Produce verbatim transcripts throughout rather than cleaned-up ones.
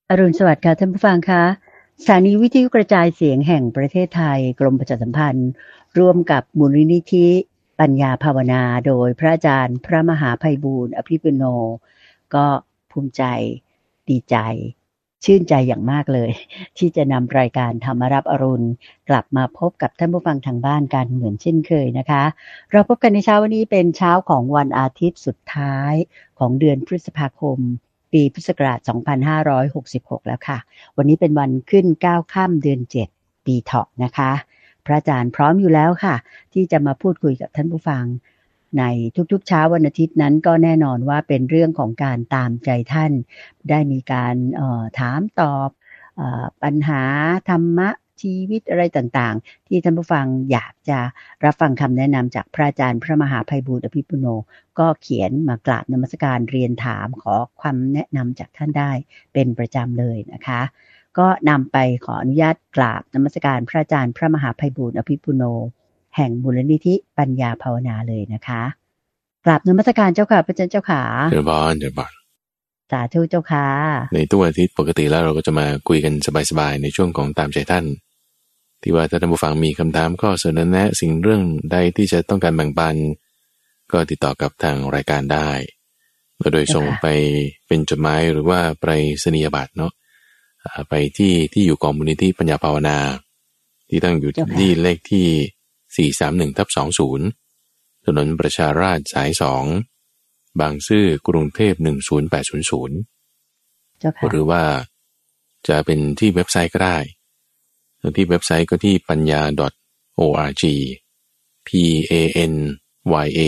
อรุณสวัสดิ์ค่ะท่านผู้ฟังคะสถานีวิทยุกระจายเสียงแห่งประเทศไทยกรมประชาสัมพันธ์ร่วมกับมูลนิธิปัญญาภาวนาโดยพระอาจารย์พระมหาไพบูลย์อภิปุโนก็ภูมิใจดีใจชื่นใจอย่างมากเลยที่จะนำรายการธรรมรับอรุณกลับมาพบกับท่านผู้ฟังทางบ้านกันเหมือนเช่นเคยนะคะเราพบกันในเช้าวันนี้เป็นเช้าของวันอาทิตย์สุดท้ายของเดือนพฤษภาคมปีพุทธศักราชสองพันห้าร้อยหกสิบหกแล้วค่ะวันนี้เป็นวันขึ้นเก้าค่ำเดือนเจ็ดปีเถาะนะคะพระอาจารย์พร้อมอยู่แล้วค่ะที่จะมาพูดคุยกับท่านผู้ฟังในทุกๆเช้าวันอาทิตย์นั้นก็แน่นอนว่าเป็นเรื่องของการตามใจท่านได้มีการเอ่อถามตอบเอ่อปัญหาธรรมะชีวิตอะไรต่างๆที่ท่านผู้ฟังอยากจะรับฟังคำแนะนำจากพระอาจารย์พระมหาไพบูลย์อภิปุโนก็เขียนมากราบนมัสการเรียนถามขอความแนะนำจากท่านได้เป็นประจำเลยนะคะก็นำไปขออนุญาตกราบนมัสการพระอาจารย์พระมหาไพบูลย์อภิปุโนแห่งมูลนิธิปัญญาภาวนาเลยนะคะกราบนมัสการเจ้าค่ะพระอาจารย์เจ้าค่ะเดี๋ยวบอนเดี๋ยวบอนสาธุเจ้าค่ะในทุกวันอาทิตย์ปกติแล้วเราก็จะมาคุยกันสบายๆในช่วงของตามใจท่านที่ว่าถ้าท่านผู้ฟังมีคำถามข้อเสนอแนะสิ่งเรื่องใดที่จะต้องการแบ่งปันก็ติดต่อกับทางรายการได้โดยส่งไปเป็นจดหมายหรือว่าไปรษณียบัตรเนาะไปที่ที่อยู่กองมูลนิธิปัญญาภาวนาที่ตั้งอยู่ที่เลขที่สี่สามหนึ่งทับสองศูนย์ถนนประชาราษฎร์สายสองบางซื่อกรุงเทพหนึ่งศูนย์แปดศูนย์ศูนย์หรือว่าจะเป็นที่เว็บไซต์ก็ได้ที่เว็บไซต์ก็ที่ปัญญา .org p a n y a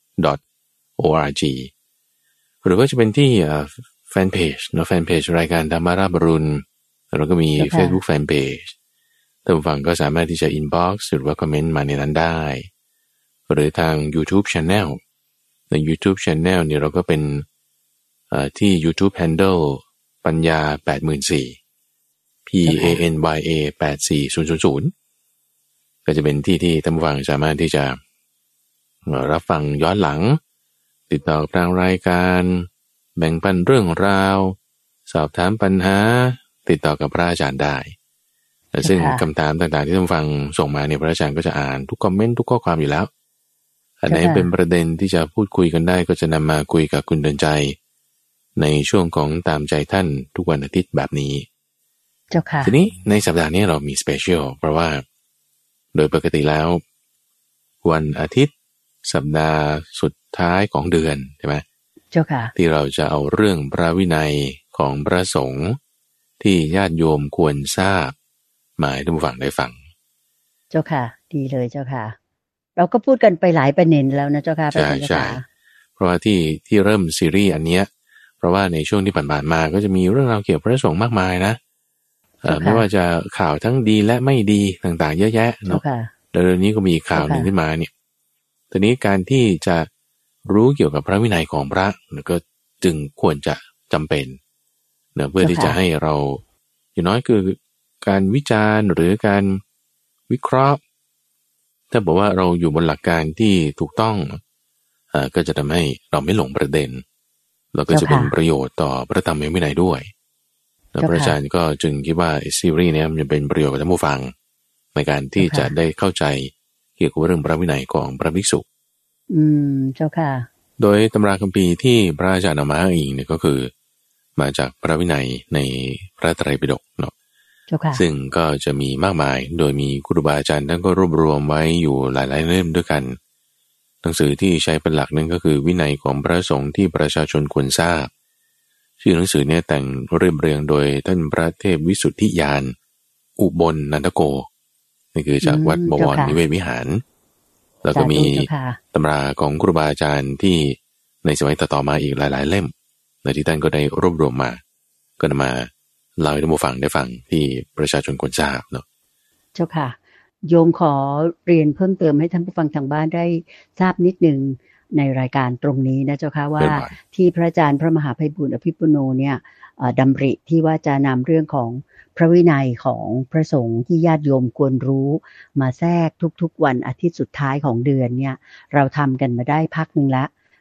.org หรือว่าจะเป็นที่แฟนเพจเนาะแฟนเพจรายการธรรมาราบรุณแล้วก็มี Facebook Fan Page ท่านผู้ฟังก็สามารถที่จะ inbox หรือว่าคอมเมนต์มาในนั้นได้หรือทาง YouTube Channel ใน YouTube Channel เนี่ยเราก็เป็นที่ YouTube Handle ปัญญา แปดหมื่นสี่พัน p a n y a แปดสี่ศูนย์ศูนย์ศูนย์ก็จะเป็นที่ที่ท่านผู้ฟังสามารถที่จะรับฟังย้อนหลังติดต่อทางรายการแบ่งปันเรื่องราวสอบถามปัญหาติดต่อกับพระอาจารย์ได้ซึ่งคำถามต่างๆที่ท่านผู้ฟังส่งมาเนี่ยพระอาจารย์ก็จะอ่านทุกคอมเมนต์ทุกข้อความอยู่แล้วอันไหนเป็นประเด็นที่จะพูดคุยกันได้ก็จะนำมาคุยกับคุณเดินใจในช่วงของตามใจท่านทุกวันอาทิตย์แบบนี้เจ้าค่ะทีนี้ในสัปดาห์นี้เรามีสเปเชียลเพราะว่าโดยปกติแล้ววันอาทิตย์สัปดาห์สุดท้ายของเดือนใช่ไหมเจ้าค่ะที่เราจะเอาเรื่องพระวินัยของพระสงฆ์ที่ญาติโยมควรทราบมาให้ท่านผู้ฟังได้ฟังเจ้าค่ะดีเลยเจ้าค่ะเราก็พูดกันไปหลายประเด็นแล้วนะเจ้าค่ะใช่ใช่เพราะว่าที่ที่เริ่มซีรีส์อันเนี้ยเพราะว่าในช่วงที่ผ่านๆมาก็จะมีเรื่องราวเกี่ยวกับพระสงฆ์มากมายนะไม่ว่าจะข่าวทั้งดีและไม่ดีต่างๆเยอะแยะเนาะแล้วเรื่องนี้ก็มีข่าวหนึ่งขึ้นมาเนี่ยทีนี้การที่จะรู้เกี่ยวกับพระวินัยของพระก็จึงควรจะจำเป็นเนะเพื่อที่จะให้เราอย่างน้อยคือการวิจารณ์หรือการวิเคราะห์ถ้าบอกว่าเราอยู่บนหลักการที่ถูกต้องอ่าก็จะทำให้เราไม่หลงประเด็นแล้วก็จะเป็นประโยชน์ต่อพระธรรมวินัยด้วยแล้วพระอาจารย์ก็จึงคิดว่าซีรีส์นี้มันจะเป็นประโยชน์กับท่านผู้ฟังในการที่จะได้เข้าใจเกี่ยวกับเรื่องพระวินัยของพระภิกษุอืมเจ้าค่ะโดยตำราคัมภีร์ที่พระอาจารย์เอามาอ้างอิงเนี่ยก็คือมาจากพระวินัยในพระไตรปิฎกเนาะซึ่งก็จะมีมากมายโดยมีครูบาอาจารย์ท่านก็รวบรวมไว้อยู่หลายๆเล่มด้วยกันหนังสือที่ใช้เป็นหลักนั่นก็คือวินัยของพระสงฆ์ที่ประชาชนควรทราบชื่อหนังสือเนี่ยแต่งเรียบเรียงโดยท่านพระเทพวิสุทธิยานอุบลนันทโกนี่คือจากวัดบวรนิเวศวิหารแล้วก็มีตำราของครูบาอาจารย์ที่ในสมัยต่อๆมาอีกหลายๆเล่มและที่ท่านก็ได้รวบรวมมาก็นำมาเล่าให้ท่านผู้ฟังได้ฟังที่ประชาชนควรทราบเนาะเจ้าค่ะโยมขอเรียนเพิ่มเติมให้ท่านผู้ฟังทางบ้านได้ทราบนิดนึงในรายการตรงนี้นะเจ้าค่ะว่าที่พระอาจารย์พระมหาไพบูลย์อภิปุโนเนี่ยดำริที่ว่าจะนำเรื่องของพระวินัยของพระสงฆ์ที่ญาติโยมควรรู้มาแทรกทุกๆวันอาทิตย์สุดท้ายของเดือนเนี่ยเราทำกันมาได้พักนึงแล้ว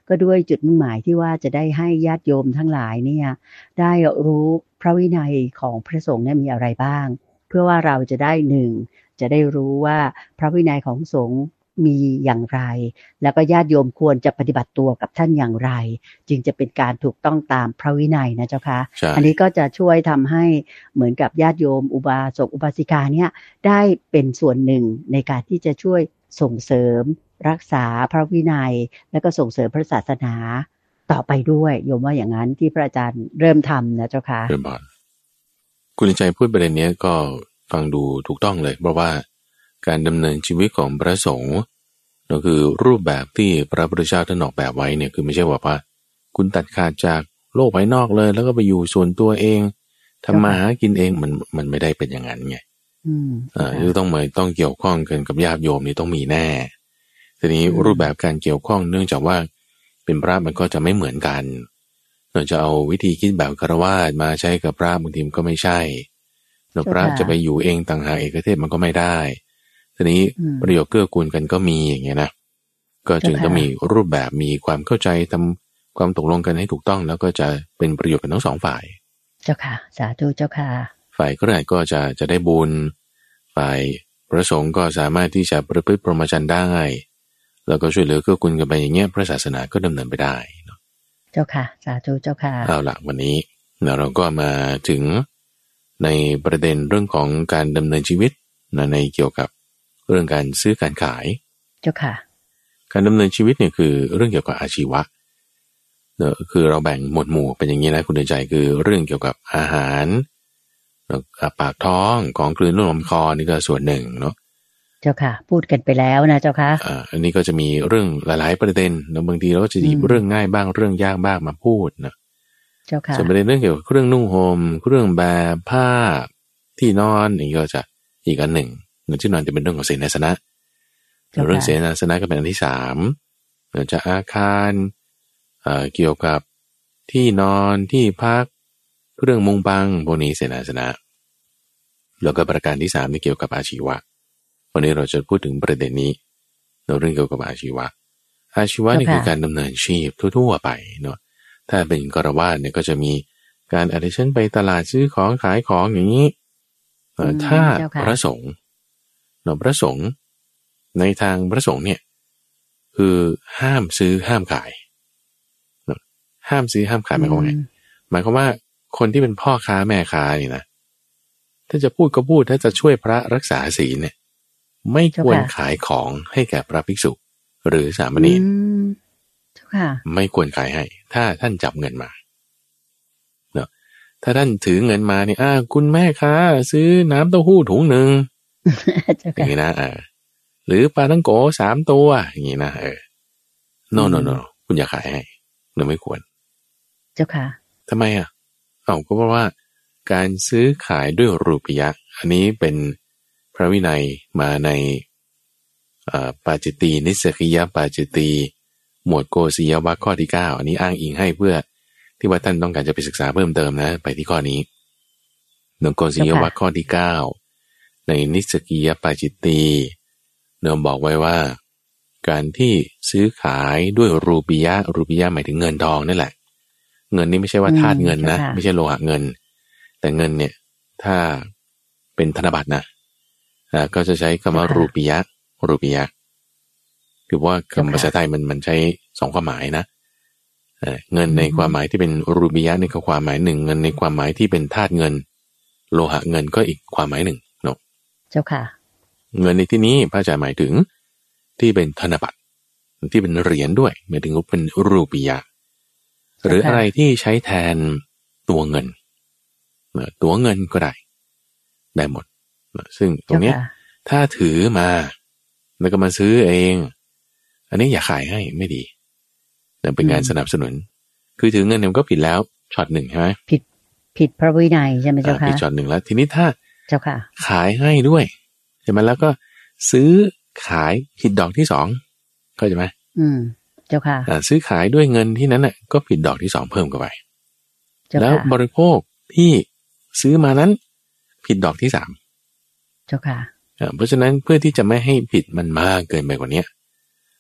ก็ด้วยจุดมุ่งหมายที่ว่าจะได้ให้ญาติโยมทั้งหลายเนี่ยได้รู้พระวินัยของพระสงฆ์เนี่ยมีอะไรบ้างเพื่อว่าเราจะได้หนึ่งจะได้รู้ว่าพระวินัยของสงฆ์มีอย่างไรแล้วก็ญาติโยมควรจะปฏิบัติตัวกับท่านอย่างไรจึงจะเป็นการถูกต้องตามพระวินัยนะเจ้าค่ะอันนี้ก็จะช่วยทำให้เหมือนกับญาติโยมอุบาสกอุบาสิกาเนี่ยได้เป็นส่วนหนึ่งในการที่จะช่วยส่งเสริมรักษาพระวินัยและก็ส่งเสริมพระศาสนาต่อไปด้วยโยมว่าอย่างนั้นที่พระอาจารย์เริ่มทำนะเจ้าค่ะเริ่มบอลคุณใจพูดประเด็นนี้ก็ฟังดูถูกต้องเลยเพราะว่าการดำเนินชีวิตของพระสงฆ์ก็คือรูปแบบที่พระพุทธเจ้าท่านออกแบบไว้เนี่ยคือไม่ใช่ว่าว่าคุณตัดขาดจากโลกภายนอกเลยแล้วก็ไปอยู่ส่วนตัวเองทำมาหากินเองมันมันไม่ได้เป็นอย่างนั้นไงอ่าคือต้องมาต้องเกี่ยวข้องกันกับญาติโยมนี่ต้องมีแน่ทีนี้รูปแบบการเกี่ยวข้องเนื่องจากว่าเป็นพระมันก็จะไม่เหมือนกันเราจะเอาวิธีคิดแบบฆราวาสมาใช้กับพระบางทีมันก็ไม่ใช่แล้วพระจะไปอยู่เองต่างหากเอกเทศมันก็ไม่ได้ทีนี้ประโยชน์เกื้อกูลกันก็มีอย่างเงี้ยนะก็จึงต้องมีรูปแบบมีความเข้าใจทำความตกลงกันให้ถูกต้องแล้วก็จะเป็นประโยชน์กันทั้งสองฝ่ายเจ้าค่ะสาธุเจ้าค่ะฝ่ายก็ได้ก็จะจะได้บุญฝ่ายพระสงฆ์ก็สามารถที่จะประพฤติพรหมจรรย์ได้แล้วก็ช่วยเหลือเกื้อกูลกันไปอย่างเงี้ยพระศาสนาก็ดำเนินไปได้เนาะเจ้าค่ะสาธุเจ้าค่ะเอาล่ะวันนี้เราก็มาถึงในประเด็นเรื่องของการดำเนินชีวิตในเกี่ยวกับเรื่องการซื้อการขายเจ้าค่ะการดำเนินชีวิตเนี่ยคือเรื่องเกี่ยวกับอาชีวะเนอะคือเราแบ่งหมวดหมู่เป็นอย่างนี้นะคุณเดินใจคือเรื่องเกี่ยวกับอาหารปากท้องของกลืนลุ่มลำคอนี่ก็ส่วนหนึ่งเนาะเจ้าค่ะพูดกันไปแล้วนะเจ้าค่ะอ่าอันนี้ก็จะมีเรื่องหลายๆประเด็นแล้วบางทีเราก็จะหยิบเรื่องง่ายบ้างเรื่องยากบ้างมาพูดนะเจ้าค่ะส่วนประเด็นเรื่องเกี่ยวกับเครื่องนุ่งห่มเครื่องแบบผ้าที่นอนนี่ก็จะอีกอันหนึ่งเรื่องที่นอนจะเป็นเรื่องของเสนาสนะเรื่องเสนาสนะก็เป็นอันที่สามเราจะอาคารเอ่อเกี่ยวกับที่นอนที่พักเครื่องมุงบังพวกนี้เสนาสนะแล้วก็ประการที่สามนี่เกี่ยวกับอาชีวะวันนี้เราจะพูดถึงประเด็นนี้ในเรื่องเกี่ยวกับอาชีวะอาชีวะนี่คือการดำเนินชีพทั่วๆไปเนาะถ้าเป็นฆราวาสเนี่ยก็จะมีการอาทิเช่นไปตลาดซื้อของขายของอย่างนี้ถ้าพระสงฆ์เนาะพระสงฆ์ในทางพระสงฆ์เนี่ยคือห้ามซื้อห้ามขายห้ามซื้อห้ามขายหมายความว่าไงหมายความว่าคนที่เป็นพ่อค้าแม่ค้านี่นะถ้าจะพูดก็พูดถ้าจะช่วยพระรักษาศีลเนี่ยไม่ควรขายของให้แก่พระภิกษุหรือสามเณรไม่ควรขายให้ถ้าท่านจับเงินมาเนาะถ้าท่านถือเงินมาเนี่ยอ่าคุณแม่ค้าซื้อน้ำเต้าหู้ถุงหนึ่งอย่างนี้นะเออหรือปลาทั้งโกสามตัวอย่างนี้นะเออ no no no คุณอย่าขายให้เราไม่ควรเจ้าค่ะทำไมอ่ะเอาก็เพราะว่าการซื้อขายด้วยรูปียะอันนี้เป็นพระวินัยมาในปาจิตตีนิสกิยปาจิตตีหมวดโกศิยวรรคข้อที่เก้าอันนี้อ้างอิงให้เพื่อที่ว่าท่านต้องการจะไปศึกษาเพิ่มเติมนะไปที่ข้อนี้หนึ่งโกศิยวรรคข้อที่เก้าในนิสกิยปาจิตตีเนื่องบอกไว้ว่าการที่ซื้อขายด้วยรูปียะรูปียะหมายถึงเงินทองนั่นแหละเงินนี้ไม่ใช่ว่าธาตุเงินนะไม่ใช่โลหะเงินแต่เงินเนี่ยถ้าเป็นธนบัตรนะอ่าก็จะใช้คำว่ารูปียะรูปียะคือว่าคำภาษาไทยมันมันใช้สองความหมายนะเงินในความหมายที่เป็นรูปียะนี่ก็ความหมายหนึ่งเงินในความหมายที่เป็นธาตุเงินโลหะเงินก็อีกความหมายหนึ่งเนาะเจ้าค่ะเงินในที่นี้พระอาจารย์หมายถึงที่เป็นธนบัตรที่เป็นเหรียญด้วยหมายถึงว่าเป็นรูปียะหรืออะไรที่ใช้แทนตัวเงินตัวเงินก็ได้ได้หมดซึ่งตรงนี้ถ้าถือมาแล้วก็มาซื้อเองอันนี้อย่าขายให้ไม่ดีแต่เป็นการสนับสนุนคือถือเงินเนี่ยมันก็ผิดแล้วช็อตหนึ่งใช่ไหมผิดผิดพระวินัยใช่ไหมเจ้าค่ะผิดช็อตหนึ่งแล้วทีนี้ถ้าเจ้าค่ะขายให้ด้วยใช่ไหมแล้วก็ซื้อขายผิดดอกที่สองเข้าใจไหมอืมเจ้าค่ะซื้อขายด้วยเงินที่นั้นน่ะก็ผิดดอกที่สองเพิ่มเข้าไปแล้วบริโภคที่ซื้อมานั้นผิดดอกที่สามเจ้าค่ะเพราะฉะนั้นเพื่อที่จะไม่ให้ผิดมันมากเกินไปกว่านี้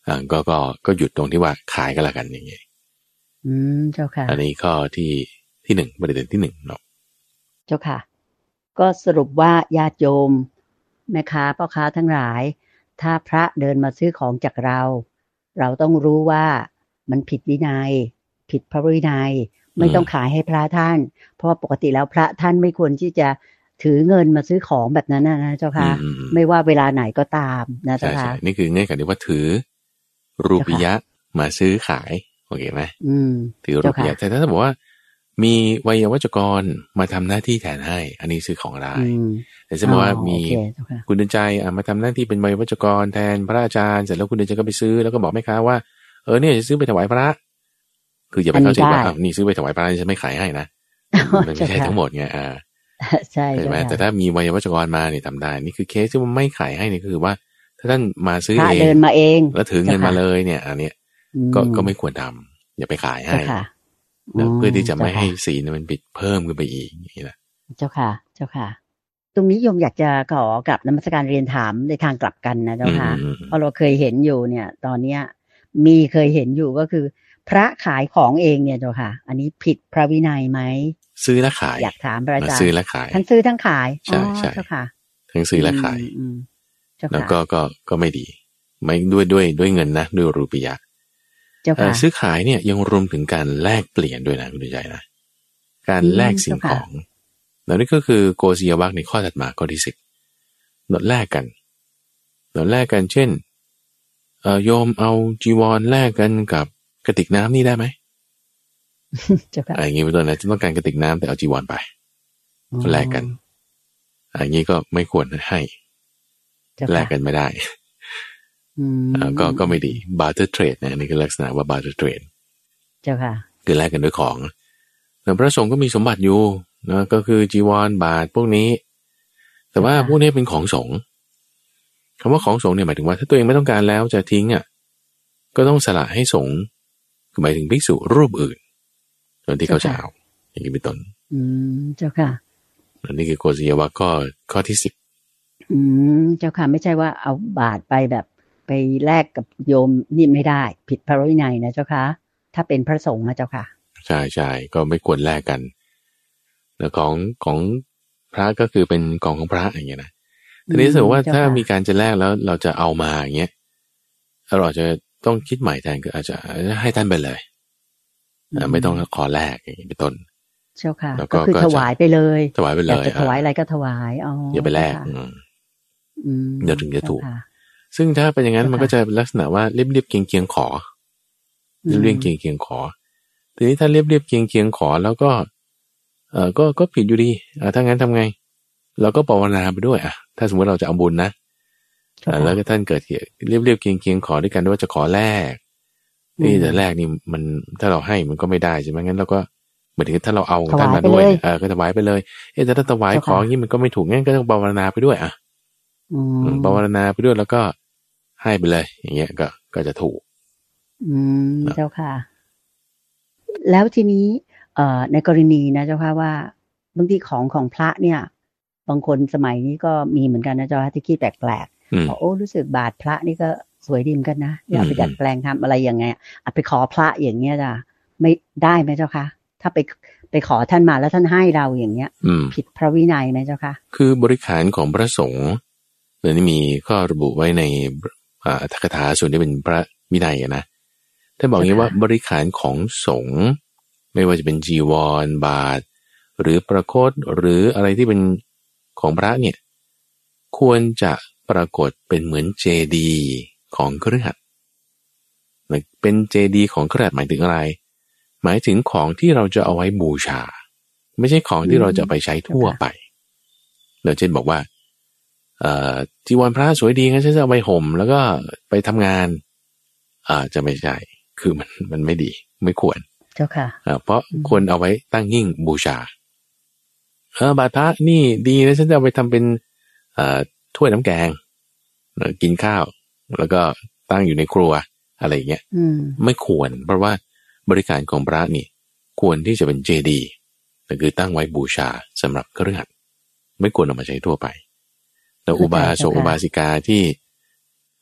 อ่าก็ก็ก็หยุดตรงที่ว่าขายก็แล้วกันอย่างเงี้ยอืมเจ้าค่ะอันนี้ข้อที่ที่หนึ่งประเด็นที่หนึ่งเนาะเจ้าค่ะก็สรุปว่าญาติโยมแม่ค้าพ่อค้าทั้งหลายถ้าพระเดินมาซื้อของจากเราเราต้องรู้ว่ามันผิดวินัยผิดพระวินัยไม่ต้องขายให้พระท่านเพราะว่าปกติแล้วพระท่านไม่ควรที่จะถือเงินมาซื้อของแบบนั้นนะเจ้าค่ะไม่ว่าเวลาไหนก็ตามนะเจ้าค่ะนี่คือเงื่อนไขที่ว่าถือรูปียะมาซื้อขายโอเคไหมถือรูปียะแต่ถ้าบอกว่ามีวัยวัจกรมาทำหน้าที่แทนให้อันนี้ซื้อของได้แต่สมมติว่ามีคุณเดินใจมาทำหน้าที่เป็นวัยวัจกรแทนพระอาจารย์เสร็จแล้วคุณเดินใจก็ไปซื้อแล้วก็บอกแม่ค้าว่าเออเนี่ยจะซื้อไปถวายพระคืออย่าไปเข้าใจว่านี่ซื้อไปถวายพระจะไม่ขายให้นะมันไม่ใช่ทั้งหมดไงอ่าใช่ไหมแต่ถ้ามีวัยวัจกรมาเนี่ยทำได้นี่คือเคสที่มันไม่ขายให้นี่คือว่าถ้าท่านมาซื้อเองเดินมาเองแล้วถือเงินมาเลยเนี่ยอันเนี้ยก็ก็ไม่ควรทำอย่าไปขายให้เพื่อที่จะไม่ให้ศีลมันปิดเพิ่มขึ้นไปอีกอย่างนี้แหละเจ้าค่ะเจ้าค่ะตรงนี้โยมอยากจะขอกลับนมัสการเรียนถามในทางกลับกันนะเจ้าค่ะเพราะเราเคยเห็นอยู่เนี่ยตอนเนี้ยมีเคยเห็นอยู่ก็คือพระขายของเองเนี่ยเจ้าค่ะอันนี้ผิดพระวินัยไหมซื้อและขายอยากถามพระอาจารย์ซื้อและขายทั้งซื้อทั้งขายใช่ใช่เจ้าค่ะทั้งซื้อและขายแล้วก็ก็ก็ไม่ดีไม่ด้วยด้วยด้วยเงินนะด้วยรูปียะซื้อขายเนี่ยยังรวมถึงการแลกเปลี่ยนด้วยนะคุณใจนะการแลกสิ่งของแล้วนี่ก็คือโกศิยวัคในข้อถัดมาข้อที่สิบนดแลกกันนดแลกกันเช่นเอ่อโยมเอาจีวรแลกกันกับกระติกน้ำนี่ได้ไหมอะไรอย่างงี้เป็นต้นนะต้องการกระติกน้ำแต่เอาจีวรไปแลกกันอย่างนี้ก็ไม่ควรให้แลกกันไม่ได้ก็ก็ไม่ดี barter trade นะนี่คือลักษณะว่า barter trade เจ้าค่ะคือแลกกันด้วยของแต่พระสงฆ์ก็มีสมบัติอยู่นะก็คือจีวรบาทพวกนี้แต่ว่าพวกนี้เป็นของสงฆ์คำว่าของสงฆ์เนี่ยหมายถึงว่าถ้าตัวเองไม่ต้องการแล้วจะทิ้งอ่ะก็ต้องสละให้สงฆ์หมายถึงภิกษุรูปอื่นตอนที่เขาจะเอาอย่างนี้เป็นต้นอืมเจ้าค่ะอันนี้คือโกศิยวัคข้อข้อที่สิบอืมเจ้าค่ะไม่ใช่ว่าเอาบาทไปแบบไปแลกกับโยมนี่ไม่ได้ผิดพระวินัยนะเจ้าค่ะถ้าเป็นพระสงฆ์นะเจ้าค่ะใช่ใช่ก็ไม่ควรแลกกันแต่ของของพระก็คือเป็นกองของพระอย่างเงี้ยนะทีนี้สมมติว่าถ้ามีการจะแลกแล้วเราจะเอามาอย่างเงี้ยเราจะต้องคิดใหม่แทนคืออาจจะให้ท่านไปเลยไม่ต้องขอแลกอย่างนี้เป็นต้นเจ้าค่ะก็คือถวายไปเลยถวายไปเลยอยากจะถวายอะไรก็ถวายอ๋ออย่าไปแลกเดี๋ยวถึงจะถูกซึ่งถ้าเป็นอย่างนั้นมันก็จะลักษณะว่าเรียบเรียบเคียงเคียงขอเรียบเรียบเคียงเคียงขอทีนี้ถ้าเรียบเรียบเคียงเคียงขอแล้วก็เออก็ก็ผิดอยู่ดีอ่าถ้างั้นทำไงเราก็ภาวนาไปด้วยอ่ะถ้าสมมติเราจะเอาบุญนะอ่าแล้วก็ท่านเกิดเรียบเรียบเคียงเคียงขอด้วยกันว่าจะขอแลกนี่แต่แรกนี่มันถ้าเราให้มันก็ไม่ได้ใช่ไหมงั้นเราก็เหมือนถ้าเราเอาท่านมาด้วยเออก็ถวายไปเลยเอ๊ะแต่ถ้าถวายของนี่มันก็ไม่ถูกงั้นก็ต้องภาวนาไปด้วยอ่ะภาวนาไปด้วยแล้วก็ให้ไปเลยอย่างเงี้ยก็ก็จะถูกอืมเจ้าค่ะแล้วทีนี้เอ่อในกรณีนะเจ้าค่ะว่าบางทีของของพระเนี่ยบางคนสมัยนี้ก็มีเหมือนกันนะเจ้าค่ะที่คิดแปลกๆบอกโอ้รู้สึกบาทพระนี่ก็สวยดีเหมือนกันนะอยากไปดัดแปลงทำอะไรอย่างเงี้ยอ่ะไปขอพระอย่างเงี้ยจ้ะไม่ได้ไหมเจ้าค่ะถ้าไปไปขอท่านมาแล้วท่านให้เราอย่างเงี้ยผิดพระวินัยไหมเจ้าค่ะคือบริขารของพระสงฆ์เดี๋ยวนี้มีข้อระบุไว้ในอัตถกถาส่วนที่เป็นพระวินัยนะท่านบอกอย่างนี้ว่าบริขารของสงฆ์ไม่ว่าจะเป็นจีวรบาทหรือประโคตหรืออะไรที่เป็นของพระเนี่ยควรจะปรากฏเป็นเหมือนเจดีย์ของคฤหัสถ์เป็นเจดีย์ของคฤหัสถ์หมายถึงอะไรหมายถึงของที่เราจะเอาไว้บูชาไม่ใช่ของที่เราจะไปใช้ทั่วไปเราเช่นบอกว่าเอ่อจีวรพระสวยดีงั้นฉันจะเอาไปห่มแล้วก็ไปทำงานอ่าจะไม่ใช่คือมันมันไม่ดีไม่ควรเจ้าค่ะเพราะควรเอาไว้ตั้งหิ้งบูชาเออบาทพระนี่ดีนะฉันจะเอาไปทำเป็นเอ่อถ้วยน้ำแกงกินข้าวแล้วก็ตั้งอยู่ในครัวอะไรอย่างเงี้ยไม่ควรเพราะว่าบริการของพระนี่ควรที่จะเป็นเจดีย์ก็คือตั้งไว้บูชาสำหรับคฤหัสถ์ไม่ควรเอามาใช้ทั่วไปแต่อุบาสกอุบาสิกาที่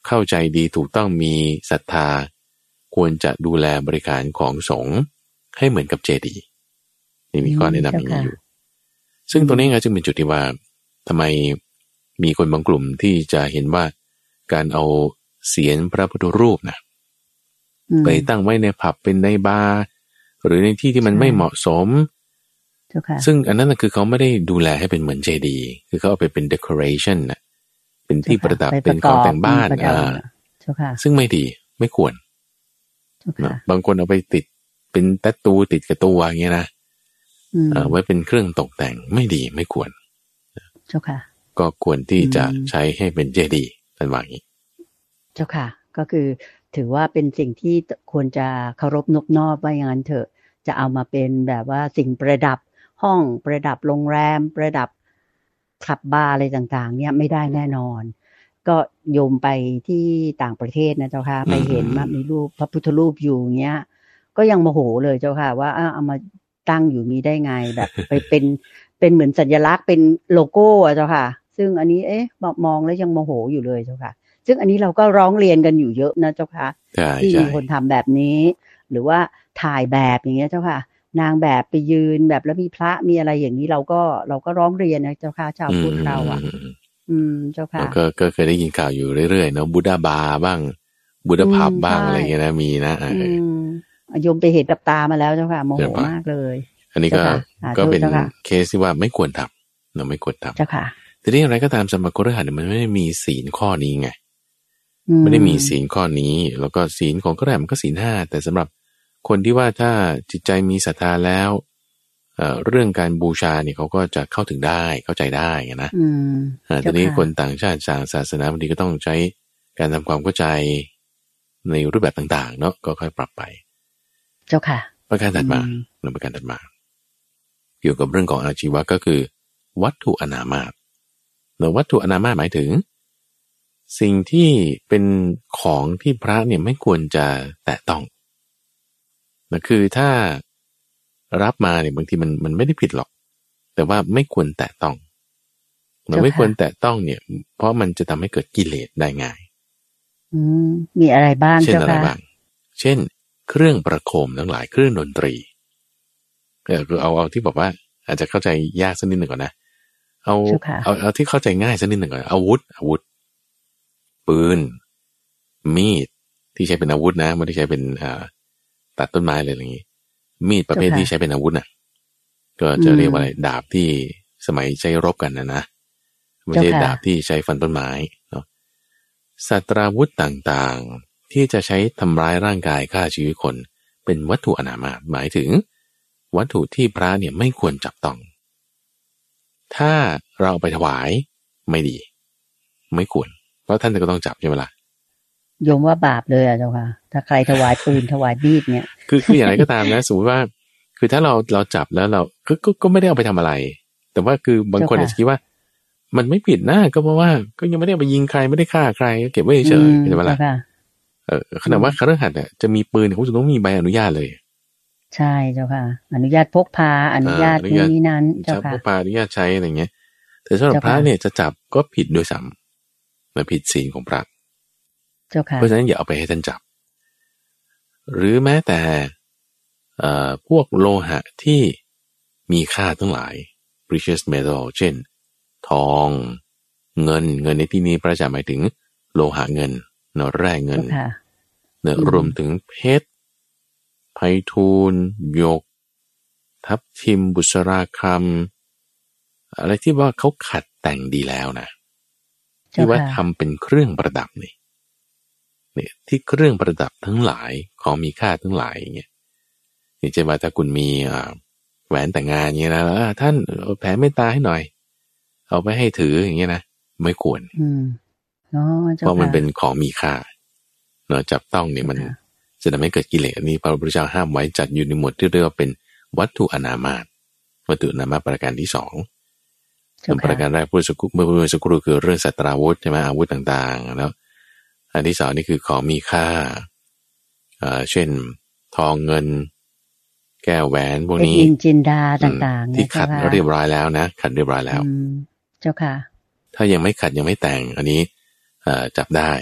เข้าใจดีถูกต้องมีศรัทธาควรจะดูแลบริการของสงฆ์ให้เหมือนกับเจดีย์นี่มีข้อแนะนำอย่างนี้อยู่ซึ่งตรงนี้ก็จึงเป็นจุดที่ว่าทำไมมีคนบางกลุ่มที่จะเห็นว่าการเอาเศียรพระพุทธรูปนะไปตั้งไว้ในผับเป็นในบาร์หรือในที่ที่มันไม่เหมาะสมซึ่งอันนั้นคือเขาไม่ได้ดูแลให้เป็นเหมือนเจดีย์คือเขาเอาไปเป็น decoration นะเป็นที่ประดับเป็นของแต่งบ้านอ่าซึ่งไม่ดีไม่ควรบางคนเอาไปติดเป็นแตตตูติดกับตัวอย่างเงี้ยนะไว้เป็นเครื่องตกแต่งไม่ดีไม่ควรเจ้าค่ะก็ควรที่จะใช้ให้เป็นเจดีย์ท่านว่าอย่างนี้เจ้าค่ะก็คือถือว่าเป็นสิ่งที่ควรจะเคารพนอบนอบว่าอย่างนั้นเถอะจะเอามาเป็นแบบว่าสิ่งประดับห้องประดับโรงแรมประดับคลับบาร์อะไรต่างๆเนี่ยไม่ได้แน่นอนก็โยมไปที่ต่างประเทศนะเจ้าค่ะไปเห็นว่ามีรูปพระพุทธรูปอยู่เงี้ยก็ยังโมโหเลยเจ้าค่ะว่าเอามาตั้งอยู่นี้ได้ไงแบบไปเป็นเป็นเหมือนสัญลักษณ์เป็นโลโก้อะเจ้าค่ะซึ่งอันนี้เอ๊ะมองแล้วยังโมโหอยู่เลยเจ้าค่ะซึ่งอันนี้เราก็ร้องเรียนกันอยู่เยอะนะเจ้าค่ะที่มีคนทำแบบนี้หรือว่าถ่ายแบบอย่างเงี้ยเจ้าค่ะนางแบบไปยืนแบบแล้วมีพระมีอะไรอย่างนี้เราก็เราก็ร้องเรียนนะเจ้าค่ะชาวพุทธเราอ่ะอืมเจ้าค่ะก็ก็เคยได้ยินข่าวอยู่เรื่อยๆเนาะบุดาบาบ้างบุดาพับบ้างอะไรเงี้ยนะมีนะเออโยมไปเห็นกับตามาแล้วเจ้าค่ะโมโหมากเลยอันนี้ก็ก็เป็นเคสที่ว่าไม่ควรทำเราไม่ควรทำเจ้าค่ะแต่ที่อะไรก็ตามสมบัติคฤหัสถ์มันไม่ได้มีศีลข้อนี้ไงไม่ได้มีศีลข้อนี้แล้วก็ศีลของคฤหัสถ์มันก็ศีลห้าแต่สำหรับคนที่ว่าถ้าจิตใจมีศรัทธาแล้วเอ่อเรื่องการบูชาเนี่ยเขาก็จะเข้าถึงได้เข้าใจได้นะอืมอ่าทีนี้คนต่างชาติต่างศาสนาบางทีก็ต้องใช้การทำความเข้าใจในรูปแบบต่างๆเนาะก็ค่อยปรับไปเจ้าค่ะประการถัดมาหนึ่งประการถัดมาเกี่ยวกับเรื่องของอาชีวะก็คือวัตถุอนามาตหรือวัตถุอนามาตหมายถึงสิ่งที่เป็นของที่พระเนี่ยไม่ควรจะแตะต้องนะคือถ้ารับมาเนี่ยบางทีมันมันไม่ได้ผิดหรอกแต่ว่าไม่ควรแตะต้องเราไม่ควรแตะต้องเนี่ยเพราะมันจะทำให้เกิดกิเลสได้ง่ายอืมมีอะไรบ้างเช่นอะไรบ้างเช่นเครื่องประโคมทั้งหลายเครื่องดนตรีเออคือเอาเอาที่บอกว่าอาจจะเข้าใจยากสักนิดหนึ่งก่อนนะเอาเอาเอาที่เข้าใจง่ายสักนิดหนึ่งก่อนอาวุธอาวุธปืนมีดที่ใช้เป็นอาวุธนะไม่ได้ใช้เป็นอ่าตัดต้นไม้อะไรอย่างนี้มีดประเภทที่ใช้เป็นอาวุธนะก็จะเรียกว่าอะไรดาบที่สมัยใช้รบกันนะนะไม่ใช่ดาบที่ใช้ฟันต้นไม้เนาะสัตราวุธต่างๆที่จะใช้ทำร้ายร่างกายฆ่าชีวิตคนเป็นวัตถุอนามาตหมายถึงวัตถุที่พระเนี่ยไม่ควรจับต้องถ้าเราเอาไปถวายไม่ดีไม่ควรเพราะท่านก็ต้องจับใช่ไหมล่ะโยมว่าบาปเลยอ่ะเจ้าค่ะถ้าใครถวายปืนถวายมีดเนี่ยคือคืออย่างไรก็ตามนะสมมติว่าคือถ้าเราเราจับแล้วเราก็ก็ก็ไม่ได้เอาไปทำอะไรแต่ว่าคือบางคนอาจจะคิดว่ามันไม่ผิดนะก็เพราะว่าก็ยังไม่ได้ไปยิงใครไม่ได้ฆ่าใครก็เก็บไว้เฉยใช่ไหมล่ะเออขนาดว่าคฤหัสถ์เนี่ยจะมีปืนเขาจะต้องมีใบอนุญาตเลยใช่เจ้าค่ะอนุญาตพกพาอนุญาตนู่นนี่นั้นเจ้าค่ะพกพาอนุญาตใช้อะไรเงี้ยแต่สำหรับพระเนี่ยจะจับก็ผิดโดยซ้ำมาผิดศีลของพระเพราะฉะนั้นอย่าเอาไปให้ท่านจับหรือแม้แต่พวกโลหะที่มีค่าทั้งหลาย precious metal เช่นทองเงินเงินในที่นี้พระอาจารย์หมายถึงโลหะเงินเนื้อแร่เงินเนื้อรวมถึงเพชรไพฑูรย์หยกทับทิมบุษราคำอะไรที่ว่าเขาขัดแต่งดีแล้วนะที่ว่าทำเป็นเครื่องประดับนี่เนี่ยที่เครื่องประดับทั้งหลายของมีค่าทั้งหลายอย่างเงี้ยอย่างเช่นว่าถ้าคุณมีแหวนแต่งงานอย่างเงี้ยนะท่านแผ่เมตตาให้หน่อยเอาไปให้ถืออย่างเงี้ยนะไม่ควรเพราะมันเป็นของมีค่าเนาะจับต้องเนี่ยมันจะทำให้เกิดกิเลสอันนี้พระพุทธเจ้าห้ามไว้จัดอยู่ในหมวดที่เรียกว่าเป็นวัตถุอนามาตวัตถุอนามาตประการที่สองประการแรกพูดสักเมื่อพูดสักครู่คือเรื่องสัตราวุธใช่ไหมอาวุธต่างๆแล้วอันที่สองนี่คือของมีค่าเช่นทองเงินแก้วแหวนพวกนี้จินดาต่างๆที่ขัดเรียบร้อยแล้วนะขัดเรียบร้อยแล้วเจ้าค่ะถ้ายังไม่ขัดยังไม่แต่งอันนี้จับได้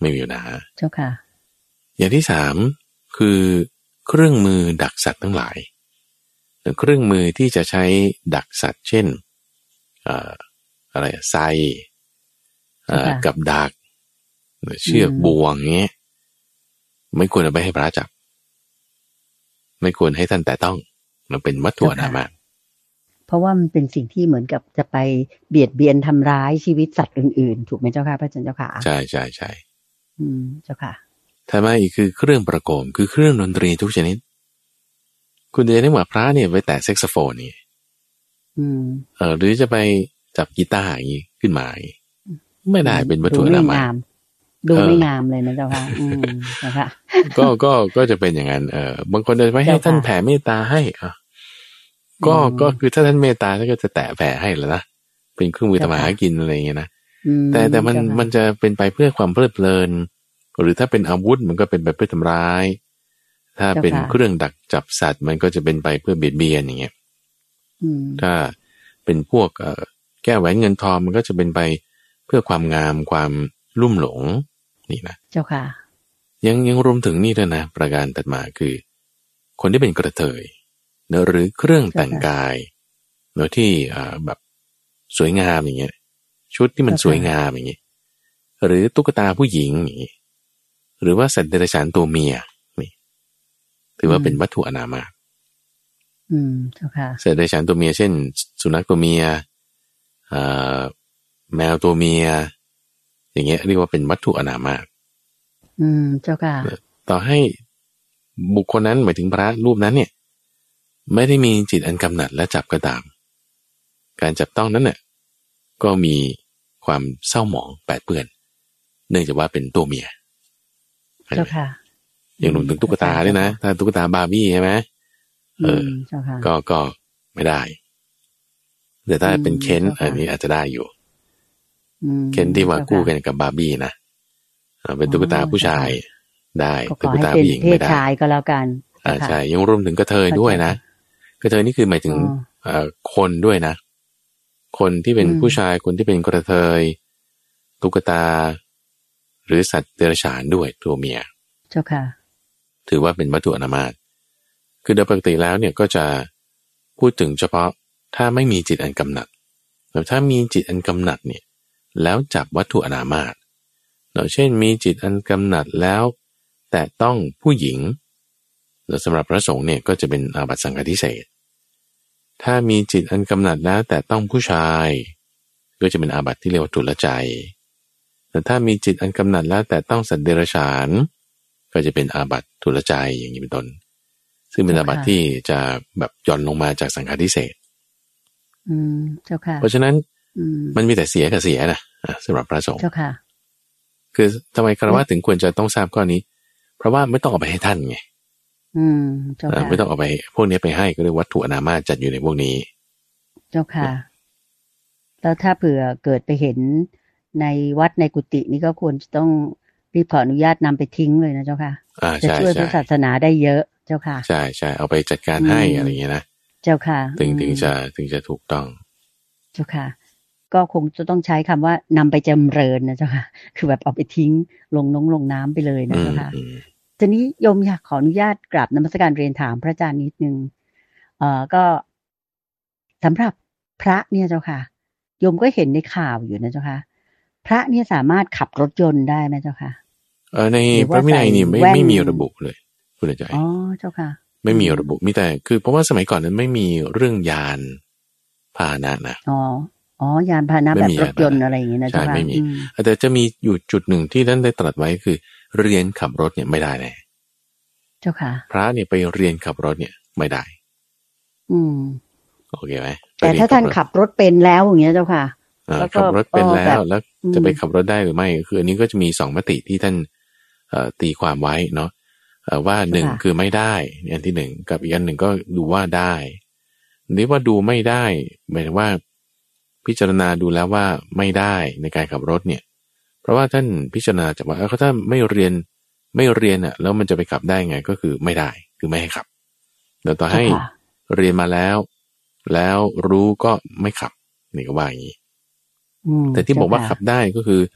ไม่มีปัญหาเจ้าค่ะอย่างที่สามคือเครื่องมือดักสัตว์ทั้งหลายเครื่องมือที่จะใช้ดักสัตว์เช่นอะไรไซกับดักเชือกบ่วงเงี้ยไม่ควรเอาไปให้พระจับไม่ควรให้ท่านแต่ต้องมันเป็นวัตถุอนามัยเพราะว่ามันเป็นสิ่งที่เหมือนกับจะไปเบียดเบียนทำร้ายชีวิตสัตว์อื่นๆถูกไหมเจ้าค่ะพระอาจารย์เจ้าค่ะใช่ใช่ใช่อืมเจ้าค่ะถัดมาอีกคือเครื่องประโคมคือเครื่องดนตรีทุกชนิดคุณจะได้ว่าพระเนี่ยไปแตะแซกโซโฟนนี่อืมเออหรือจะไปจับกีตาร์อย่างนี้ขึ้นมาไม่ได้เป็นวัตถุอนามัยดูไม่งามเลยนะเจ้าค่ะอืมเจ้าค่ะก็ก็ก็จะเป็นอย่างนั้นเออบางคนจะไม่ให้ท่านแผ่เมตตาให้อ่ะก็ก็คือถ้าท่านเมตตาท่านก็จะแตะแผ่ให้แล้วนะเป็นเครื่องมือทำมาหากินอะไรอย่างเงี้ยนะแต่แต่มันมันจะเป็นไปเพื่อความเพลิดเพลินหรือถ้าเป็นอาวุธมันก็เป็นไปเพื่อทำร้ายถ้าเป็นเครื่องดักจับสัตว์มันก็จะเป็นไปเพื่อเบียดเบียนอย่างเงี้ยถ้าเป็นพวกแก้วแหวนเงินทองมันก็จะเป็นไปเพื่อความงามความลุ่มหลงนี่นะเจ้าค่ะยังยังรวมถึงนี่ด้วยนะประการถัดมาคือคนที่เป็นกระเทยเนอะหรือเครื่องแต่งกายเนอะที่แบบสวยงามอย่างเงี้ยชุดที่มันสวยงามอย่างเงี้ยหรือตุ๊กตาผู้หญิงอย่างเงี้ยหรือว่าสัตว์เดรัจฉานตัวเมียนี่ถือว่าเป็นวัตถุอนามัยอืมเจ้าค่ะสัตว์เดรัจฉานตัวเมียเช่นสุนัขตัวเมียอ่าแมวตัวเมียอย่างเงี้ยเรียกว่าเป็นวัตถุอนามัยอืมเจ้าค่ะต่อให้บุคคลนั้นหมายถึงพระรูปนั้นเนี่ยไม่ได้มีจิตอันกำหนัดและจับก็ตามการจับต้องนั้นเนี่ยก็มีความเศร้าหมองแปดเปื้อนเนื่องจากว่าเป็นตัวเมียเจ้าค่ะอย่างรวมถึงตุ๊กตาด้วยนะถ้าตุ๊กตาบาร์บี้ใช่ไหมเออก็ก็ไม่ได้แต่ถ้าเป็นเคนอันนี้อาจจะได้อยู่เคนที่ว่าคู่กันกับบาร์บี้นะเป็นตุ๊กตาผู้ชายได้ตุ๊กตาผู้หญิงไม่ได้ชายก็แล้วกันอ่าใช่ยังรวมถึงกระเทยด้วยนะกระเทยนี่คือหมายถึงคนด้วยนะคนที่เป็นผู้ชายคนที่เป็นกระเทยตุ๊กตาหรือสัตว์เดรัจฉานด้วยตัวเมียเจ้าค่ะถือว่าเป็นวัตถุอนามัยคือโดยปกติแล้วเนี่ยก็จะพูดถึงเฉพาะถ้าไม่มีจิตอันกำหนัดแต่ถ้ามีจิตอันกำหนัดเนี่ยแล้วจับวัตถุอนามัยเราเช่นมีจิตอันกำหนัดแล้วแต่ต้องผู้หญิงแล้วสำหรับพระสงฆ์เนี่ยก็จะเป็นอาบัติสังฆทิเศษถ้ามีจิตอันกำหนัดแล้วแต่ต้องผู้ชายก็จะเป็นอาบัติที่เรียกว่าทุลใจแต่ถ้ามีจิตอันกำหนัดแล้วแต่ต้องสัตว์เดรัจฉานก็จะเป็นอาบัติทุลใจอย่างนี้เป็นต้นซึ่งเป็นอาบัติที่จะแบบหย่อนลงมาจากสังฆทิเศษอืมเจ้าค่ะเพราะฉะนั้นมันมีแต่เสียกับเสียนะสำหรับพระสงฆ์เจ้าค่ะคือทำไมคฤหัสถ์ถึงควรจะต้องทราบข้อนี้เพราะว่าไม่ต้องเอาไปให้ท่านไงอืมเจ้าค่ะไม่ต้องเอาไปพวกนี้ไปให้ก็เรียกวัตถุอนามัยจัดอยู่ในพวกนี้เจ้าค่ะแล้วถ้าเผื่อเกิดไปเห็นในวัดในกุฏินี่ก็ควรจะต้องรีบขออนุญาตนำไปทิ้งเลยนะเจ้าค่ะจะช่วยพระศาสนาได้เยอะเจ้าค่ะใช่ใช่เอาไปจัดการให้อะไรอย่างเงี้ยนะเจ้าค่ะถึงถึงจะถึงจะถูกต้องเจ้าค่ะก็คงจะต้องใช้คำว่านำไปจำเริญนะเจ้าค่ะคือแบบเอาไปทิ้งลงน้องลงน้ำไปเลยนะเจ้าค่ะทีนี้โยมอยากขออนุญาตกราบนมัสการเรียนถามพระอาจารย์นิดนึงเอ่อก็สำหรับพระเนี่ยเจ้าค่ะโยมก็เห็นในข่าวอยู่นะเจ้าค่ะพระเนี่ยสามารถขับรถยนต์ได้ไหมเจ้าค่ะเออในพระวินัยนี่ไม่ไม่มีระบุเลยคุณอาจารย์อ๋อเจ้าค่ะไม่มีระบุมีแต่คือเพราะว่าสมัยก่อนนั้นไม่มีเรื่องยานพาหนะนะอ๋ออ๋อยานพาหนะแบบรถยนต์อะไรอย่างงี้นะเจ้าค่ะใช่ไม่มีแต่จะมีอยู่จุดหนึ่งที่ท่านได้ตรัสไว้คือเรียนขับรถเนี่ยไม่ได้แน่เจ้าค่ะพระเนี่ยไปเรียนขับรถเนี่ยไม่ได้อืมโอเคไหมแต่ถ้าท่านขับรถเป็นแล้วอย่างเงี้ยเจ้าค่ะขับรถเป็นแล้วแล้วจะไปขับรถได้หรือไม่คืออันนี้ก็จะมีสองมติที่ท่านตีความไว้เนาะว่าหนึ่งคือไม่ได้อันที่หนึ่งกับอีกอันหนึ่งก็ดูว่าได้นี่ว่าดูไม่ได้หมายถึงว่าพิจารณาดูแล้วว่าไม่ได้ในการขับรถเนี่ยเพราะว่าท่านพิจารณาจากว่าเขาถ้าไม่เรียนไม่เรียนอ่ะแล้วมันจะไปขับได้ไงก็คือไม่ได้คือไม่ให้ขับแต่ต่อให้เรียนมาแล้วแล้วรู้ก็ไม่ขับนี่ก็ว่าอย่างนี้แต่ที่บอกว่าขับได้ก็คือ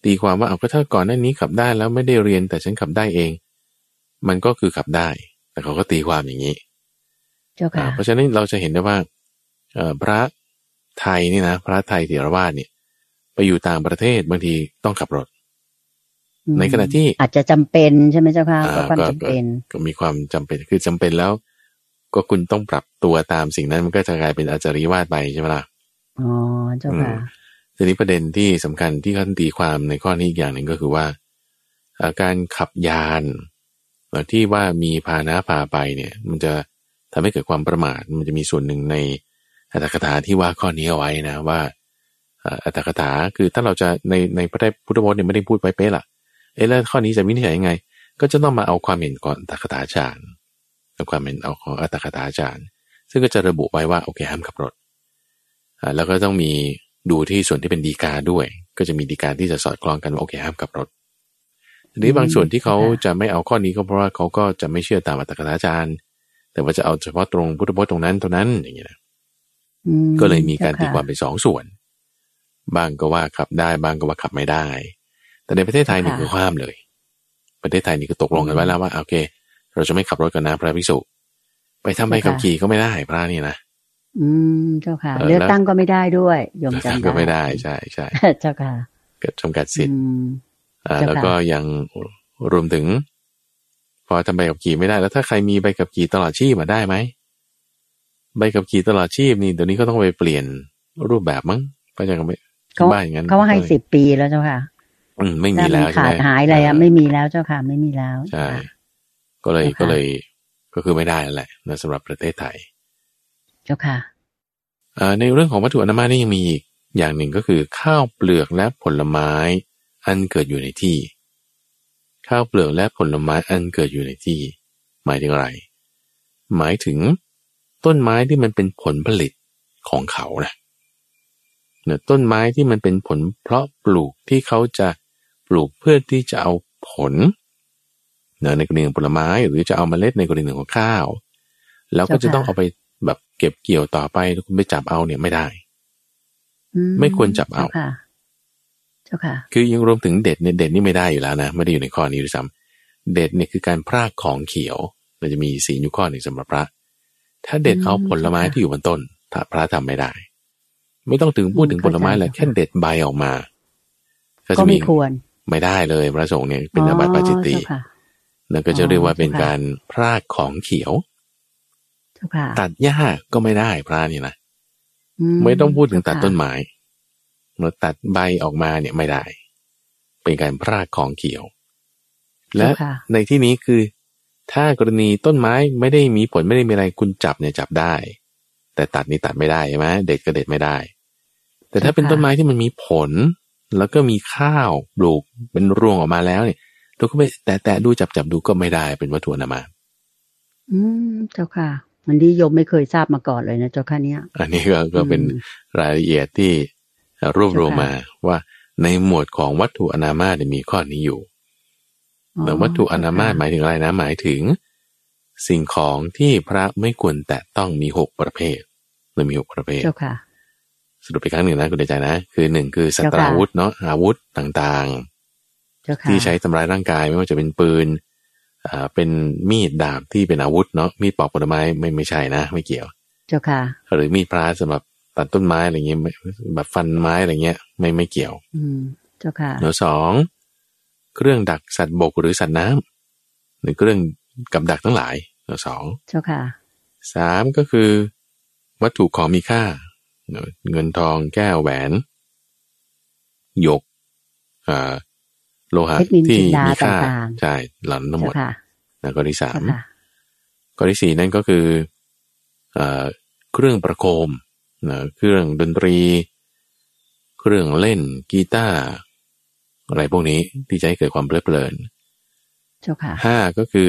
ตีความว่าเอาก็ถ้าก่อนหน้านี้ขับได้แล้วไม่ได้เรียนแต่ฉันขับได้เองมันก็คือขับได้แต่เขาก็ตีความอย่างนี้เจ้าค่ะเพราะฉะนั้นเราจะเห็นได้ว่าพระไทยนี่นะพระไทยเถรวาทเนี่ยไปอยู่ต่างประเทศบางทีต้องขับรถในขณะที่อาจจะจำเป็นใช่ไหมเจ้าค่ะก็ความจำเป็นก็มีความจำเป็นคือจำเป็นแล้วก็คุณต้องปรับตัวตามสิ่งนั้นมันก็จะกลายเป็นอาจาริยวาทไปใช่ไหมล่ะอ๋อเจ้าค่ะทีนี้ประเด็นที่สำคัญที่ท่านตีความในข้อนี้อีกอย่างหนึ่งก็คือว่าการขับยานที่ว่ามีพาหนะพาไปเนี่ยมันจะทำให้เกิดความประมาทมันจะมีส่วนหนึ่งในอัตถกถาที่ว่าข้อนี้เอาไว้นะว่าอัตถกถาคือถ้าเราจะในในพระพุทธวจนะเนี่ยไม่ได้พูดไว้เป๊ะล่ะเอ๊ะแล้วข้อนี้จะวินิจฉัยยังไงก็จะต้องมาเอาความเห็นก่อนอัตถกถาจารย์เอาความเห็นเอาของอัตถกถาจารย์ซึ่งก็จะระบุไว้ว่าโอเคห้ามขับรถอ่าแล้วก็ต้องมีดูที่ส่วนที่เป็นฎีกาด้วยก็จะมีฎีกาที่จะสอดคล้องกันว่าโอเคห้ามขับรถทีนี้บางส่วนที่เขาจะไม่เอาข้อนี้ก็เพราะว่าเขาก็จะไม่เชื่อตามอัตถกถาจารย์แต่ว่าจะเอาเฉพาะตรงพุทธพจน์ตรงนั้นตรงนั้นอย่างเงี้ยนะก็เลยมีการตีความเป็นสองส่วนบางก็ว่าขับได้บางก็ว่าขับไม่ได้แต่ในประเทศไทยนี่คือห้ามเลยประเทศไทยนี่ก็ตกลงกันไว้แล้วว่าโอเคเราจะไม่ขับรถกันนะพระภิกษุไปทำใบขับขี่ก็ไม่ได้พระนี่นะอืมเจ้าค่ะเลือกตั้งก็ไม่ได้ด้วยยมจำได้ก็ไม่ได้ใช่ใช่เจ้าค่ะเกิดจำกัดสิทธิ์อ่าแล้วก็ยังรวมถึงพอทำใบขับขี่ไม่ได้แล้วถ้าใครมีใบขับขี่ตลอดชีพมาได้ไหมใบขับขี่ตลอดชีพนี่เดี๋ยวนี้ก็ต้องไปเปลี่ยนรูปแบบมั้งพระอาจารย์ก็ไม่บ้านอย่างนั้นเขาว่าให้สิบปีแล้วเจ้าค่ะอืมไม่มีแล้วใช่ไหมขาดหายอะไรอ่ะไม่มีแล้วเจ้าค่ะไม่มีแล้วใช่ก็เลยก็เลยก็คือไม่ได้แหละนะสำหรับประเทศไทยเจ้าค่ะในเรื่องของวัตถุอนามัยนี่ยังมีอีกอย่างหนึ่งก็คือข้าวเปลือกและผลไม้อันเกิดอยู่ในที่ข้าวเปลือกและผลไม้อันเกิดอยู่ในที่หมายถึงอะไรหมายถึงต้นไม้ที่มันเป็นผลผลิตของเขานะเนี่ยต้นไม้ที่มันเป็นผลเพราะปลูกที่เขาจะปลูกเพื่อที่จะเอาผลในกรณีของผลไม้หรือจะเอาเมล็ดในกรณีของข้าวแล้วก็จะต้องเอาไปแบบเก็บเกี่ยวต่อไปคุณไปจับเอาเนี่ยไม่ได้ไม่ควรจับเอาเจ้าค่ะคือยังรวมถึงเด็ดเนี่ยเด็ดนี่ไม่ได้อยู่แล้วนะไม่ได้อยู่ในข้อนี้ด้วยซ้ำเด็ดเนี่ยคือการพรากของเขียวเราจะมีศีลอยู่ข้อหนึ่งสำหรับพระถ้าเด็ดเอาผลไม้ที่อยู่บนต้นถ้าพระทำไม่ได้ไม่ต้องถึงพูดถึงผลไม้แหละแค่เด็ดใบออกมาก็ไม่ควรไม่ได้เลยพระสงฆ์เนี่ยเป็นอาบัติปาจิตตินั่นก็จะเรียกว่าเป็นการพรากของเขียวตัดหญ้าก็ไม่ได้พระนี่นะไม่ต้องพูดถึงตัดต้นไม้เมื่อตัดใบออกมาเนี่ยไม่ได้เป็นการพรากของเขียวและในที่นี้คือถ้ากรณีต้นไม้ไม่ได้มีผลไม่ได้มีอะไรคุณจับเนี่ยจับได้แต่ตัดนี่ตัดไม่ได้ใช่ไหมเด็ดก็เด็ดไม่ได้แต่ถ้าเป็นต้นไม้ที่มันมีผลแล้วก็มีข้าวปลูกเป็นรวงออกมาแล้วเนี่ยเราก็ไปแตะๆดูจับๆดูก็ไม่ได้เป็นวัตถุอนามัยอืมเจ้าค่ะมันนิยมไม่เคยทราบมาก่อนเลยนะเจ้าค่ะเนี้ยอันนี้ก็ก็เป็นรายละเอียดที่รวบรวมมาว่าในหมวดของวัตถุอนามัยเนี่ยมีข้อนี้อยู่แต่วัตถุอนามัยหมายถึงอะไรนะหมายถึงสิ่งของที่พระไม่ควรแตะต้องมีหกประเภทหรือมีหกประเภทเจ้าค่ะสรุปอีกครั้งหนึ่งนะคุณเดชใจนะคือหนึ่งคือสัตราวุธเนาะอาวุธต่างๆที่ใช้ทำร้ายร่างกายไม่ว่าจะเป็นปืนอ่าเป็นมีดดาบที่เป็นอาวุธเนาะมีดปอกผลไม้ไม่ไม่ใช่นะไม่เกี่ยวเจ้าค่ะหรือมีดพระสำหรับตัดต้นไม้อะไรเงี้ยแบบฟันไม้อะไรเงี้ยไม่ไม่เกี่ยวอืมเจ้าค่ะเนื้อสองเครื่องดักสัตว์บกหรือสัตว์น้ำหรือเครื่องกับดักทั้งหลายเนื้อสองเจ้าค่ะสามก็คือวัตถุของมีค่าเงินทองแก้วแหวนหยกอ่าโลหะที่มีค่าใช่หลังทั้งหมดแล้วก็ที่สามก็ที่สี่นั่นก็คืออ่าเครื่องประโคมนะเครื่องดนตรีเครื่องเล่นกีตาร์อะไรพวกนี้ที่จะให้เกิดความเพลิดเพลินห้าก็คือ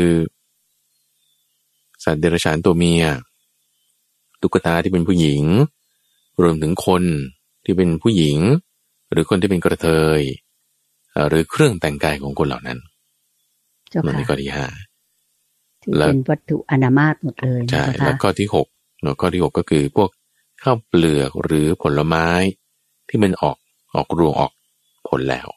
สัตว์เดรัจฉานตัวเมียตุ๊กตาที่เป็นผู้หญิงรวมถึงคนที่เป็นผู้หญิงหรือคนที่เป็นกระเทยหรือเครื่องแต่งกายของคนเหล่านั้นนั่นคือข้อที่ห้าแล้วเป็นวัตถุอนามัยหมดเลยใช่แล้วข้อที่หกเนาะข้อที่หกก็คือพวกข้าวเปลือกหรือผลไม้ที่มันออกออกรวงออกผลแล้ว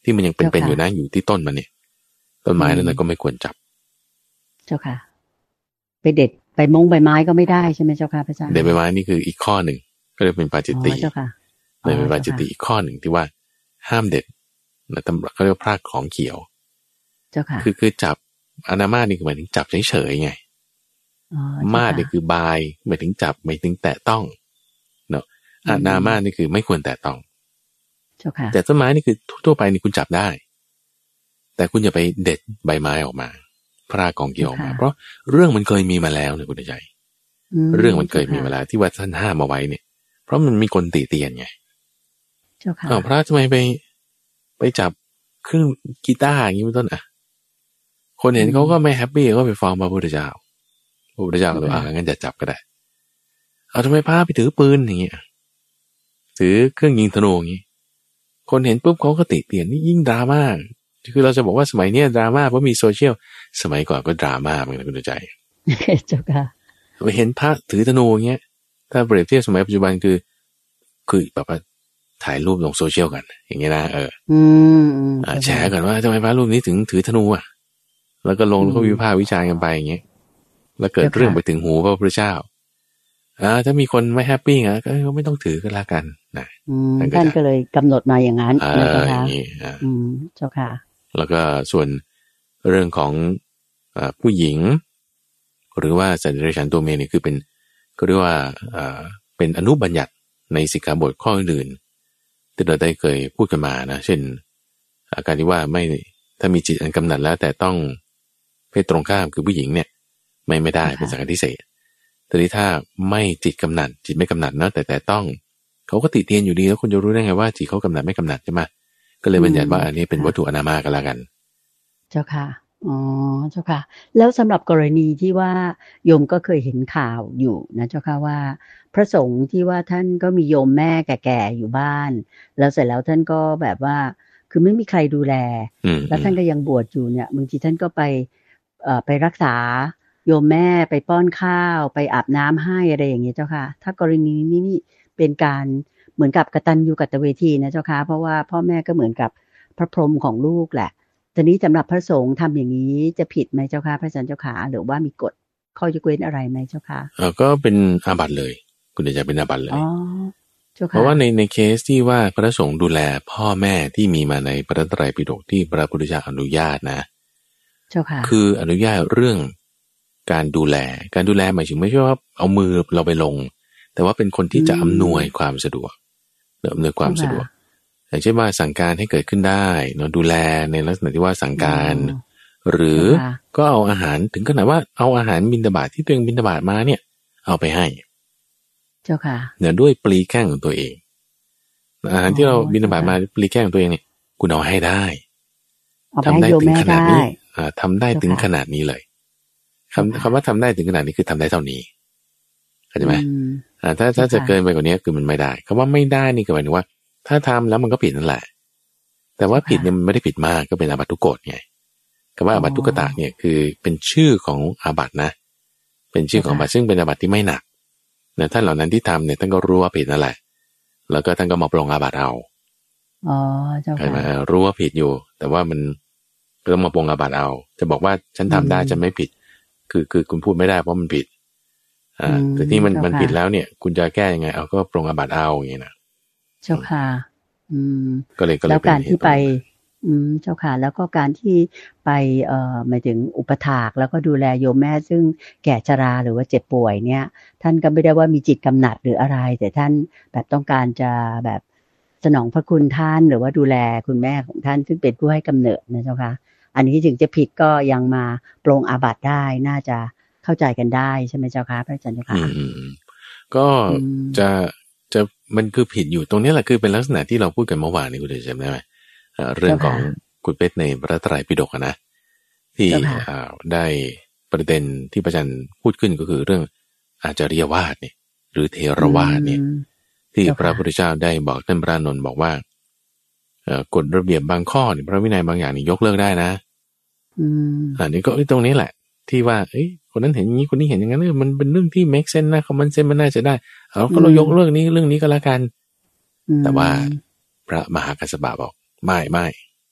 ที่มันยังเป็นๆอยู่นะอยู่ที่ต้นมันเนี่ยต้นไม้นั้นก็ไม่ควรจับเจ้าค่ะไปเด็ดใบมงใบไม้ก็ไม่ได้ใช่ไหมเจ้าค่ะพระอาจารย์เด็ดใบไม้นี่คืออีกข้อหนึ่งก็เลยเป็นปาจิตติเจ้าค่ะเลยเป็นปาจิตติอีกข้อหนึ่งที่ว่าห้ามเด็ดนะตำราเขาเรียกว่าพรากของเขียวเจ้าค่ะคือคือจับอนามานี่คือหมายถึงจับเฉยๆไงมาดนี่คือบายหมายถึงจับหมายถึงแตะต้องเนาะอนามานี่คือไม่ควรแตะต้องเจ้าค่ะแต่ต้นไม้นี่คือทั่วไปนี่คุณจับได้แต่คุณอย่าไปเด็ดใบไม้ออกมาพรากของเขียวออกมาเพราะเรื่องมันเคยมีมาแล้วเนี่ยคุณใจเรื่องมันเคยมีมาแล้วที่ว่าท่านห้ามเอาไว้เนี่ยเพราะมันมีคนติเตียนไงเจ้าค่ะอ้าวพระทำไมไปไปจับเครื่องกีตาร์อย่างนี้เป็นต้นอ่ะคนเห็นเขาก็ไม่แฮปปี้ก็ไปฟ้องพระพุทธเจ้าพระพุทธเจ้าก็เลยอ่างั้นจะจับก็ได้เอาทำไมพระไปถือปืนอย่างเงี้ยถือเครื่องยิงธนูอย่างงี้คนเห็นปุ๊บเขาก็ติเตียนนี่ยิ่งดราม่าคือเราจะบอกว่าสมัยนี้ดราม่าเพราะมีโซเชียลสมัยก่อนก็ดราม่าเหมือนกันคุณใจเจ้าค่ะไปเห็นพระถือธนูอย่างเงี้ยถ้าเปรียบเทียบสมัยปัจจุบันคือคือแบบว่าถ่ายรูปลงโซเชียลกันอย่างเงี้ยนะเอออืมแชร์กันว่าทำไมพระรูปนี้ถึงถือธนูอ่ะแล้วก็ลงแล้วก็วิพากษ์วิจารณ์กันไปอย่างเงี้ยแล้วเกิดเรื่องไปถึงหูพระพุทธเจ้าอ่าถ้ามีคนไม่แฮปปี้อ่ะก็ไม่ต้องถือก็แล้วกันนะท่านก็เลยกำหนดมาอย่างนั้นนะคะอืมเจ้าค่ะแล้วก็ส่วนเรื่องของผู้หญิงหรือว่าสัตว์เดรัจฉานตัวเมียนี่คือเป็นก็เรียกว่าเป็นอนุบัญญัติในสิกขาบทข้ออื่นที่เราได้เคยพูดกันมานะเช่นอาการที่ว่าไม่ถ้ามีจิตอันกำหนัดแล้วแต่ต้องเพศตรงข้ามคือผู้หญิงเนี่ยไม่ไม่ได้เป็นสังฆทิเศษแต่ที่ถ้าไม่จิตกำหนัดจิตไม่กำหนัดนะแต่แต่ต้องเขาก็ติเตียนอยู่ดีแล้วคุณจะรู้ได้ไงว่าจิตเขากำหนัดไม่กำหนัดใช่ไหมก็เลยบัญญัติว่าอันนี้เป็นวัตถุอนามากันละกันเจ้าค่ะอ๋อเจ้าค่ะแล้วสำหรับกรณีที่ว่าโยมก็เคยเห็นข่าวอยู่นะเจ้าค่ะว่าพระสงฆ์ที่ว่าท่านก็มีโยมแม่แก่ๆอยู่บ้านแล้วเสร็จแล้วท่านก็แบบว่าคือไม่มีใครดูแลแล้วท่านก็ยังบวชอยู่เนี่ยบางทีท่านก็ไปเอ่อไปรักษาโยมแม่ไปป้อนข้าวไปอาบน้ำให้อะไรอย่างเงี้ยเจ้าค่ะถ้ากรณีนี้นี่เป็นการเหมือนกับกตัญญูกตเวทีนะเจ้าค่ะเพราะว่าพ่อแม่ก็เหมือนกับพระพรหมของลูกแหละทีนี้สำหรับพระสงฆ์ทำอย่างนี้จะผิดไหมเจ้าค่ะพระอาจารย์เจ้าค่ะหรือว่ามีกฎข้อยกเว้นอะไรไหมเจ้าค่ะเออก็เป็นอาบัติเลยคุณจะเป็นอาบัติเลยอ๋อเจ้าค่ะเพราะว่าในในเคสที่ว่าพระสงฆ์ดูแลพ่อแม่ที่มีมาในพระไตรปิฎกที่พระพุทธเจ้าอนุญาตนะเจ้าค่ะคืออนุญาตเรื่องการดูแลการดูแลหมายถึงไม่ใช่ว่าเอามือเราไปลงแต่ว่าเป็นคนที่จะอำนวยความสะดวกอำนวยความสะดวกอย่างเช่นว่าสั่งการให้เกิดขึ้นได้เนาะดูแลในลักษณะที่ว่าสั่งการหรือก็เอาอาหารถึงขนาดว่าเอาอาหารบิณฑบาตที่ตัวเองบิณฑบาตมาเนี่ยเอาไปให้เจ้าค่ะเนี่ยด้วยปลีแข้งของตัวเองอาหารที่เราบิณฑบาตมาปลีแข้งของตัวเองเนี่ยคุณเอาให้ได้ทำได้ถึงขนาดนี้ทำได้ถึงขนาดนี้เลยคำคำว่าทำได้ถึงขนาดนี้คือทำได้เท่านี้เข้าใจไหมอ่าถ้าถ้าจะเกินไปกว่านี้คือมันไม่ได้คำว่าไม่ได้นี่ก็หมายถึงว่าถ้าทำแล้วมันก็ผิดนั่นแหละแต่ว่าผิดเนี่ยมันไม่ได้ผิดมากก็เป็นอาบัติทุกกฎไงคำว่าอาบัติทุกกตะเนี่ยคือเป็นชื่อของอาบัตินะเป็นชื่อของอาบัติซึ่งเป็นอาบัติที่ไม่หนักแต่ท่านเหล่านั้นที่ทำเนี่ยท่านก็รู้ว่าผิดนั่นแหละแล้วก็ท่านก็มาปรงอาบัติเอาอ๋อเจ้าค่ะใช่ไหมรู้ว่าผิดอยู่แต่ว่ามันต้องมาปรงอาบัติเอาจะบอกว่าฉันทำได้จะไม่ผิดคือคือคุณพูดไม่ได้เพราะมันผิดอ่าแต่ที่มันมันผิดแล้วเนี่ยคุณจะแก้ยังไงเอาก็ปรงอาบัติเอาอย่างนี้นะเจ้าค่ะอืมก็เลยก็เลยแล้วการที่ไปอืมเจ้าค่ะแล้วก็การที่ไปเอ่อหมายถึงอุปถากแล้วก็ดูแลโยมแม่ซึ่งแก่ชราหรือว่าเจ็บป่วยเนี่ยท่านก็ไม่ได้ว่ามีจิตกำหนัดหรืออะไรแต่ท่านแบบต้องการจะแบบสนองพระคุณท่านหรือว่าดูแลคุณแม่ของท่านซึ่งเป็นผู้ให้กำเนิดนะเจ้าค่ะอันนี้ถึงจะผิดก็ยังมาปรงอาบัติได้น่าจะเข้าใจกันได้ใช่ไหมเจ้าค่ะพระอาจารย์เจ้าค่ะก็จะจะมันคือผิดอยู่ตรงนี้แหละคือเป็นลักษณะที่เราพูดกันเมื่อวานนี้คุณเดชจำได้ไหมเรื่องของกุฎเพชรในพระไตรปิฎกนะที่ได้ประเด็นที่พระอาจารย์พูดขึ้นก็คือเรื่องอาจาริยวาทเนี่ยหรือเทรวาทเนี่ยที่พระพุทธเจ้าได้บอกท่านพระนนท์บอกว่ากฎระเบียบบางข้อเนี่ยพระวินัยบางอย่างนี่ยกเลิกได้นะอันนี้ก็ตรงนี้แหละที่ว่าเอ้ยคนนั้นเห็นอย่างนี้คนนี้เห็นอย่างนั้นมันเป็นเรื่องที่ make sense นะคอมมอนเซนส์มันน่าจะได้เอาก็เรายกเรื่องนี้เรื่องนี้ก็แล้วกันแต่ว่าพระมหากัสสปะบอกไม่ไม่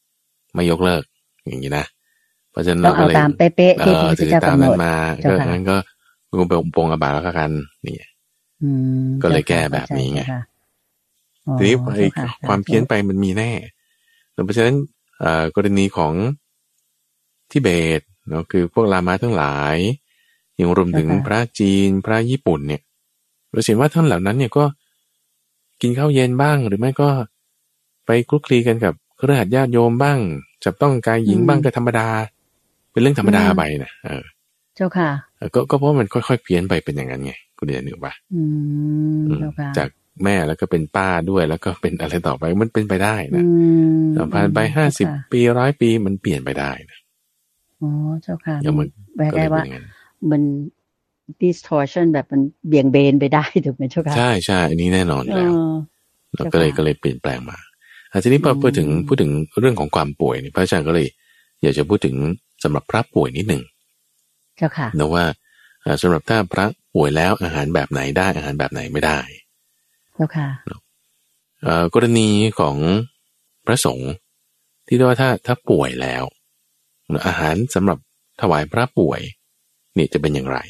ไม่ยกเลิกอย่างนี้นะเพราะฉะนั้นต้อเรางก็เอาเลยตามเป๊ะๆที่พระพุทธถือเจ้าตามกำหนนั้นดมาเจ้าก็ค่ะงั้นก็มึงไปปรงอาบัติแล้วก็กันนี่อืมก็เลยเจ้าแก้ค่ะแบบนี้ไงเข้าใจเจ้าค่ะอ๋อทีนี้ไอ้เจ้าค่ะความสาธุเพี้ยนไปมันมีแน่เพราะฉะนั้นเอ่อกรณีของทิเบตเนาะคือพวกลามาทั้งหลายยังรวมถึงเจ้าค่ะพระจีนพระญี่ปุ่นเนี่ยเราเห็นว่าท่านเหล่านั้นเนี่ยก็กินข้าวเย็นบ้างหรือไม่ก็ไปคลุกคลีกันกับคฤหัสถ์ญาติโยมบ้างจับต้องกายหญิงบ้างก็ธรรมดาเป็นเรื่องธรรมดาไปนะเออเจ้าค่ะก็ก็เพราะมันค่อยๆเพี้ยนไปเป็นอย่างนั้นไงคุณเดียนึกป่ะอืมเจ้าค่ะจากแม่แล้วก็เป็นป้าด้วยแล้วก็เป็นอะไรต่อไปมันเป็นไปได้นะผ่านไปห้าสิบปีร้อยปีมันเปลี่ยนไปได้นะอ๋อเจ้าค่ะอย่างมันแปลได้ว่ามัน distortion แบบมันเบี่ยงเบนไปได้ถูกไหมเจ้าค่ะใช่ใช่อันนี้แน่นอนแล้วเราก็เลยก็เลยเปลี่ยนแปลงมาทีนี้พอพูดถึงพูดถึงเรื่องของความป่วยนี่พระอาจารย์ก็เลยอยากจะพูดถึงสำหรับพระป่วยนิดหนึ่งเจ้าค่ะนะว่าสำหรับถ้าพระป่วยแล้วอาหารแบบไหนได้อาหารแบบไหนไม่ได้เจ้าค่ะกรณีของพระสงฆ์ที่เรียกว่าถ้าถ้าป่วยแล้วอาหารสำหรับถวายพระป่วยนี่จะเป็นอย่างไร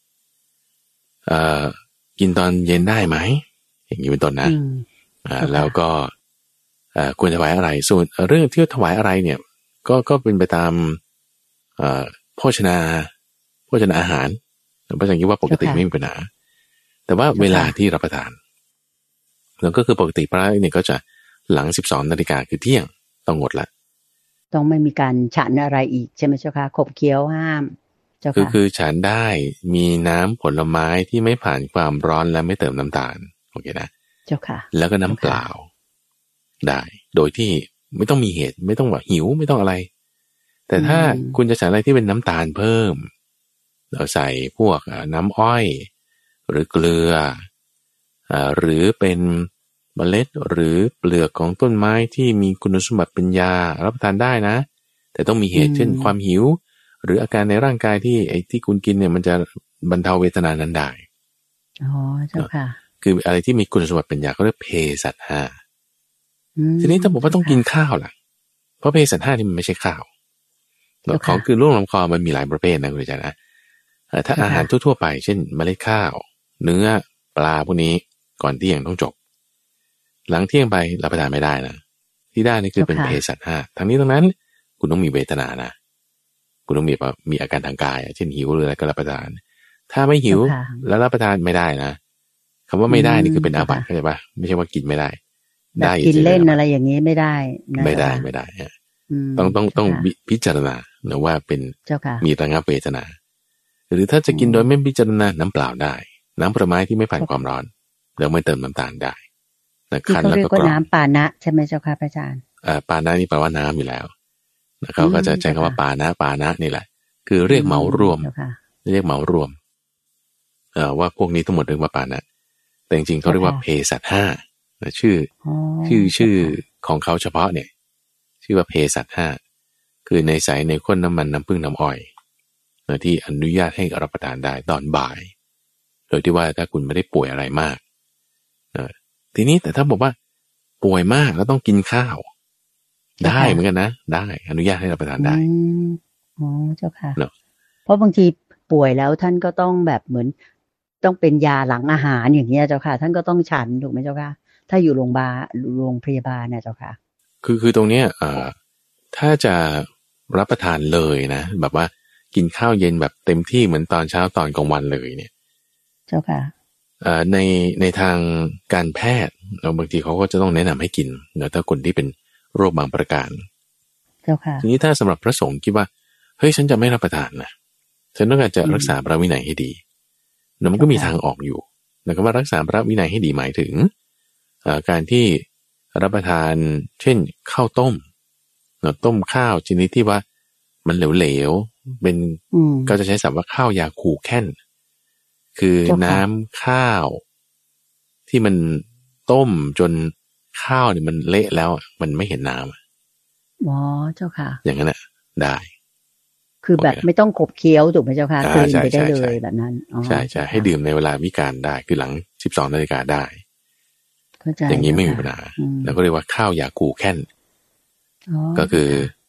กินตอนเย็นได้ไหมอย่างนี้เป็นต้นนะแล้วก็ควรถวายอะไรส่วนเรื่องที่ถวายอะไรเนี่ยก็ก็เป็นไปตามโภชนาโภชนาอาหารพระอาจารย์คิดว่าปกติไม่มีปัญหาแต่ว่าเวลาที่รับประทานแล้วก็คือปกติพระเนี่ยก็จะหลังสิบสองนาฬิกาคือเที่ยงต้องงดละต้องไม่มีการฉันอะไรอีกใช่ไหมเจ้าค่ะขบเคี้ยวห้ามเจ้าค่ะคือคือฉันได้มีน้ำผลไม้ที่ไม่ผ่านความร้อนและไม่เติมน้ำตาลโอเคนะเจ้าค่ะแล้วก็น้ำเปล่าได้โดยที่ไม่ต้องมีเหตุไม่ต้องว่าหิวไม่ต้องอะไรแต่ถ้าคุณจะฉันอะไรที่เป็นน้ำตาลเพิ่มเราใส่พวกน้ำอ้อยหรือเกลือหรือเป็นเมล็ดหรือเปลือกของต้นไม้ที่มีคุณสมบัติเป็นยารับประทานได้นะแต่ต้องมีเหตุเช่นความหิวหรืออาการในร่างกายที่ไอ้ที่คุณกินเนี่ยมันจะบรรเทาเวทนานั้นได้อ๋อเจ้าค่ะคืออะไรที่มีคุณสมบัติเป็นยาเขาเรียกเภสัชห้าทีนี้ถ้าบอกว่าต้องกินข้าวล่ะเพราะเภสัชห้านี่มันไม่ใช่ข้าวของคือร่วงลำคอมันมีหลายประเภทนะคุณอาจารย์นะถ้าอาหารทั่วๆไปเช่นเมล็ดข้าวเนื้อปลาพวกนี้ก่อนเที่ยงต้องจบหลังเที่ยงไปรับประทานไม่ได้นะที่ได้นี่คือเป็นเภสัชห้าทั้งนี้ทั้งนั้นคุณต้องมีเวทนานะคุณต้องมีมีอาการทางกายเช่นหิวหรืออะไรก็รับประทานถ้าไม่หิวแล้วรับประทานไม่ได้นะคำว่าไม่ได้นี่คือเป็นอาบัติเข้าใจปะไม่ใช่ว่ากินไม่ได้ได้กินเล่นอะไรอย่างนี้ไม่ได้ไม่ได้ไม่ได้ต้องต้องต้องพิจารณาเนะว่าเป็นมีระงับเวทนาหรือถ้าจะกินโดยไม่พิจารณาน้ำเปล่าได้น้ำผลไม้ที่ไม่ผ่านความร้อนแล้วไม่เติมน้ำตาลได้คั้นแล้วก็กรองน้ำปานะใช่ไหมเจ้าค่ะพระอาจารย์อ่าปานะนี่แปลว่าน้ำอยู่แล้วเขาก็จะใช้คำว่าปานะปานะนี่แหละคือเรียกเหมารวมเรียกเหมารวมเอ่อว่าพวกนี้ทั้งหมดเรียกว่าปานะแต่จริงๆเขาเรียกว่าเภสัชห้าชื่อชื่อชื่อของเขาเฉพาะเนี่ยชื่อว่าเภสัชห้าคือในใสในข้นน้ำมันน้ำผึ้งน้ำอ้อยที่อนุญาตให้รับประทานได้ตอนบ่ายโดยที่ว่าถ้าคุณไม่ได้ป่วยอะไรมากทีนี้แต่ถ้าบอกว่าป่วยมากแล้วต้องกินข้าวได้เหมือนกันนะได้อนุญาตให้รับประทานได้อ๋อเจ้าค่ะเพราะบางทีป่วยแล้วท่านก็ต้องแบบเหมือนต้องเป็นยาหลังอาหารอย่างเงี้ยเจ้าค่ะท่านก็ต้องฉันถูกไหมเจ้าค่ะถ้าอยู่โรงพยาบาลโรงพยาบาลนะเจ้าค่ะคือคือตรงเนี้ยเอ่อถ้าจะรับประทานเลยนะแบบว่ากินข้าวเย็นแบบเต็มที่เหมือนตอนเช้าตอนกลางวันเลยเนี่ยเจ้าค่ะเอ่อในในทางการแพทย์เราบางทีเขาก็จะต้องแนะนำให้กินเนาะถ้าคนที่เป็นโรคบางประการเจ้าค่ะทีนี้ถ้าสำหรับพระสงฆ์คิดว่าเฮ้ยฉันจะไม่รับประทานนะฉันต้องการจะรักษาพระวินัยให้ดีแล้วมันก็มีทางออกอยู่แล้วก็ว่ารักษาพระวินัยให้ดีหมายถึงการที่รับประทานเช่นข้าวต้มเราต้มข้าวชนิดที่ว่ามันเหลวๆเป็นก็จะใช้ศัพท์ว่าข้าวยาคูแค้นคือน้ำข้าวที่มันต้มจนข้าวเนี่ยมันเละแล้วมันไม่เห็นน้ำอ๋อเจ้าค่ะอย่างนั้นแหละได้คือแบบไม่ต้องขบเคี้ยวถูกไหมเจ้าค่ะกลืนไปได้เลยแบบนั้นใช่ใช่ให้ดื่มในเวลาวิกาลได้คือหลังสิบสองนาฬิกาได้อย่างนี้ไม่มีปัญหาแล้วก็เรียกว่าข้าวยาคูแค้นก็คือ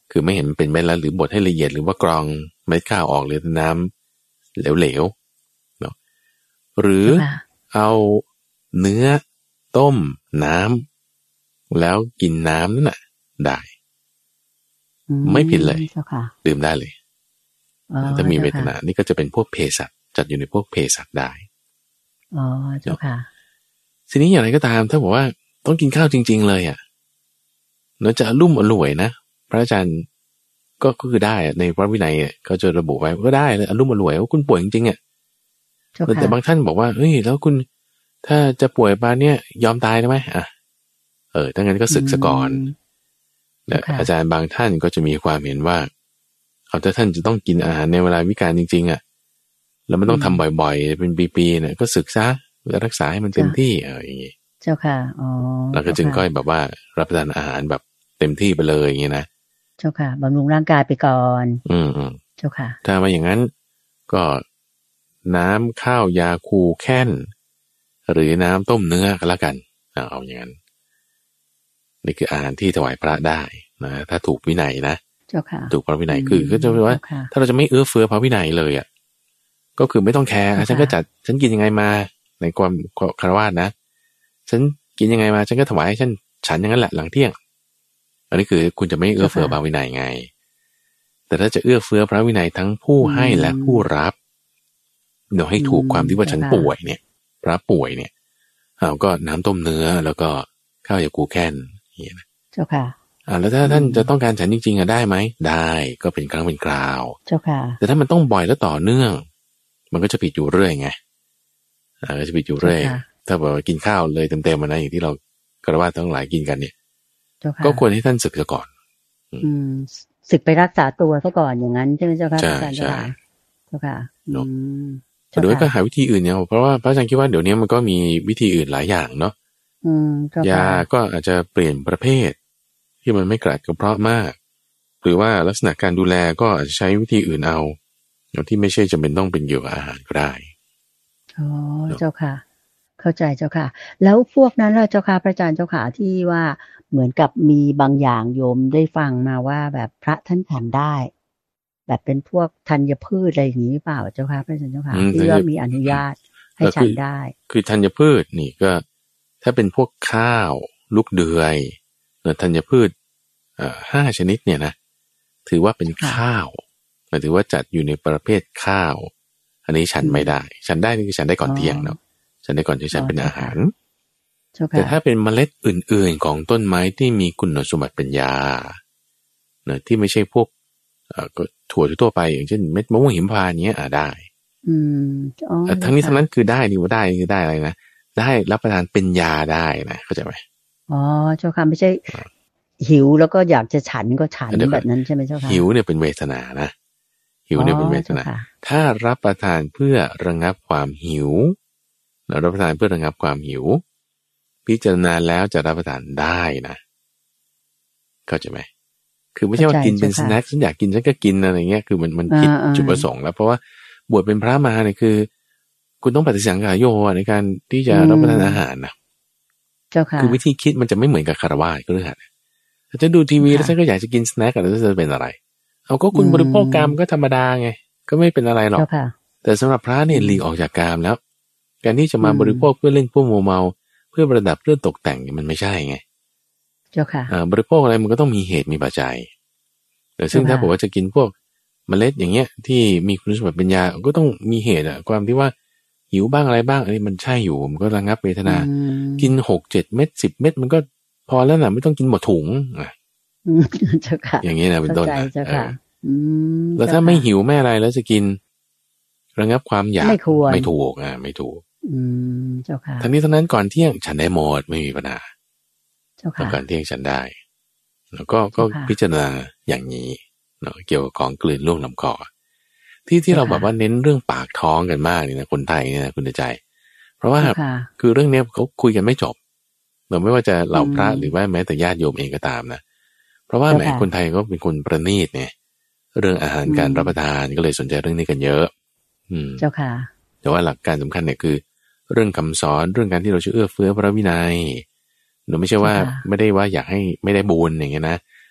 คือไม่เห็นมันเป็นเม็ดแล้วหรือบดให้ละเอียดหรือว่ากรองเม็ดข้าวออกเหลือแต่น้ำเหลวๆเนาะหรือเอาเนื้อต้มน้ำแล้วกินน้ำนั่นน่ะได้ไม่ผิดเลยดื่มได้เลยถ้ามีเวทนานี่ก็จะเป็นพวกเภสัชจัดอยู่ในพวกเภสัชได้อ๋อเจ้าค่ะทีนี้อย่างไรก็ตามถ้าบอกว่าต้องกินข้าวจริงๆเลยอ่ะเนื้อจะอลุ่มอร่วยนะพระอาจารย์ก็คือได้ในพระวินัยเขาจะระบุไว้ก็ได้เลยอลุ่มอร่วยว่าคุณป่วยจริงๆอ่ะแต่บางท่านบอกว่าเฮ้ยแล้วคุณถ้าจะป่วยมาเนี่ยยอมตายได้ไหมอ่ะเออถ้างั้นก็ศึกซะก่อนแต่อาจารย์บางท่านก็จะมีความเห็นว่าเอาถ้าท่านจะต้องกินอาหารในเวลาวิกาลจริงๆอ่ะแล้วมันต้องทำบ่อยๆเป็นปีๆเนี่ยก็ศึกซะแล้วรักษาให้มันเต็มที่เอออย่างงี้เจ้าค่ะอ๋อแล้วก็จึงก็แบบว่ารับประทานอาหารแบบเต็มที่ไปเลยอย่างงี้นะเจ้าค่ะบำรุงร่างกายไปก่อนอืมอืมเจ้าค่ะถ้ามาอย่างนั้นก็น้ำข้าวยาคูแค้นหรือน้ำต้มเนื้อก็แล้วกันเอาอย่างนั้นนี่คืออาหารที่ถวายพระได้นะถ้าถูกวินัยนะเจ้าค่ะถูกพระวินัยคือก็จะแปลว่าถ้าเราจะไม่เอื้อเฟื้อพระวินัยเลยอ่ะก็คือไม่ต้องแคร์ฉันก็จัดฉันกินยังไงมาในความคารวะนะฉันกินยังไงมาฉันก็ถวายให้ฉันฉันอย่างนั้นแหละหลังเที่ยงอันนี้คือคุณจะไม่เอื้อเฟื้อพระวินัยไงแต่ถ้าจะเอื้อเฟื้อพระวินัยทั้งผู้ให้และผู้รับเดี๋ยวให้ถูกความที่ว่าฉันป่วยเนี่ยพระป่วยเนี่ยเอาก็น้ำต้มเนื้อแล้วก็ข้าวยาคูแค้นอย่างนี้นะเจ้าค่ะอ่าแล้วถ้าท่านจะต้องการฉันจริงๆอะได้ไหมได้ก็เป็นครั้งเป็นคราวเจ้าค่ะแต่ถ้ามันต้องบ่อยแล้วต่อเนื่องมันก็จะผิดอยู่เรื่อยไงอ่าก็จะผิดอยู่เรื่อยถ้าบอกว่ากินข้าวเลยเต็มๆมานะอย่างที่เรากระว่าทั้งหลายกินกันเนี่ยก็ควรให้ท่านศึกซะก่อนอืมศึกไปรักษาตัวซะก่อนอย่างนั้นใช่ไหมเจ้าค่ะอาจารย์เจ้าค่ะเจ้าค่ะอืมเดี๋ยวก็หาวิธีอื่นเนี่ยเพราะว่าพระอาจารย์คิดว่าเดี๋ยวนี้มันก็มีวิธีอื่นหลายอย่างเนาะยาก็อาจจะเปลี่ยนประเภทที่มันไม่กระดกระเพาะมากหรือว่าลักษณะการดูแลก็อาจจะใช้วิธีอื่นเอาที่ไม่ใช่จำเป็นต้องเป็นเกี่ยวกับอาหารก็ได้อ๋อเจ้าค่ะเข้าใจเจ้าค่ะแล้วพวกนั้นล่ะเจ้าค่ะพระอาจารย์เจ้าค่ะที่ว่าเหมือนกับมีบางอย่างโยมได้ฟังมาว่าแบบพระท่านฉันได้แบบเป็นพวกธัญพืชอะไรอย่างนี้เปล่าเจ้าค่ะพระอาจารย์เจ้าค่ะที่ว่ามีอนุญาตให้ฉันได้คือธัญพืชนี่ก็ถ้าเป็นพวกข้าวลูกเดือยธัญพืชห้าชนิดเนี่ยนะถือว่าเป็นข้าวหมายถึงว่าจัดอยู่ในประเภทข้าวอันนี้ฉันไม่ได้ฉันได้นี่คือฉันได้ก่อนเที่ยงเนาะฉันได้ก่อนที่ฉันเป็นอาหารแต่ถ้าเป็นเมล็ดอื่นๆของต้นไม้ที่มีคุณสมบัติเป็นยาเนะที่ไม่ใช่พวกก็ถั่วทั่วไปอย่างเช่นเม็ดมะม่วงหิมพานต์เนี้ยอ่าได้อืมอ๋อทั้งนี้ทั้งนั้นคือได้นี่ว่าได้คือได้อะไรนะได้รับประทานเป็นยาได้นะเข้าใจไหมอ๋อเจ้าค่ะไม่ใช่หิวแล้วก็อยากจะฉันก็ฉันแบบนั้นใช่ไหมเจ้าค่ะหิวเนี่ยเป็นเวทนานะหิวเนี่ยเป็นเวทนาถ้ารับประทานเพื่อระงับความหิวแล้วรับประทานเพื่อระงับความหิวพิจารณาแล้วจะรับประทานได้นะเข้าใจไหมคือไม่ใช่ว่ากินเป็นสแน็คฉันอยากกินฉันก็กินอะไรเงี้ยคือมันมันผิดจุดประสงค์แล้วเพราะว่าบวชเป็นพระมาเนี่ยคือคุณต้องปฏิสังขารโยในการที่จะรับประทานอาหารนะคือวิธีคิดมันจะไม่เหมือนกับคารวะก็เรื่องอะไรถ้าจะดูทีวีแล้วฉันก็อยากจะกินสแน็คแล้วจะเป็นอะไรเอาก็คุณบริโภคกามก็ธรรมดาไงก็ไม่เป็นอะไรหรอกแต่สำหรับพระเนี่ยหลีกออกจากกามแล้วการที่จะมาบริโภคเพื่อเล่นเพื่อโมเมาเพื่อประดับเพื่อตกแต่งมันไม่ใช่ไงเจ้าค่ะบริโภคอะไรมันก็ต้องมีเหตุมีปัจจัยแต่ซึ่งถ้าบอกว่าจะกินพวกเมล็ดอย่างเงี้ยที่มีคุณสมบัติเป็นยาก็ต้องมีเหตุอะความที่ว่าหิวบ้างอะไรบ้างอันนี้มันใช่อยู่มันก็ระงับเวทนากินหกเจ็ดเม็ดสิบเม็ดมันก็พอแล้วนะไม่ต้องกินหมดถุงอ่ะเจ้าค่ะอย่างนี้นะเป็นต้นนะแล้วถ้าไม่หิวไม่อะไรแล้วจะกินระงับความอยากไม่ควรไม่ถูกอ่ะไม่ถูกอืมเจ้าค่ะทั้งนี้ทั้งนั้นก่อนเที่ยงฉันได้หมดไม่มีปัญหาเจ้าค่ะก่อนเที่ยงฉันได้แล้วก็ก็พิจารณาอย่างนี้เนาะเกี่ยวกับของกลืนล่วงลำคอที่ที่เราแบบว่าเน้นเรื่องปากท้องกันมากนี่นะคนไทยเนี่ยนะคุณใจเพราะว่าคือเรื่องนี้เขาคุยกันไม่จบเราไม่ว่าจะเหล่าพระหรือว่าแม้แต่ญาติโยมเองก็ตามนะเพราะว่าแหมคนไทยก็เป็นคนประณีตเนี่ยเรื่องอาหารการรับประทานก็เลยสนใจเรื่องนี้กันเยอะอืมเจ้าค่ะแต่ว่าหลักการสำคัญเนี่ยคือเรื่องคำสอนเรื่องการที่เราจะเอื้อเฟื้อพระวินัยเราไม่ใช่ว่าไม่ได้ว่าอยากให้ไม่ได้บุญอย่างเงี้ยนะ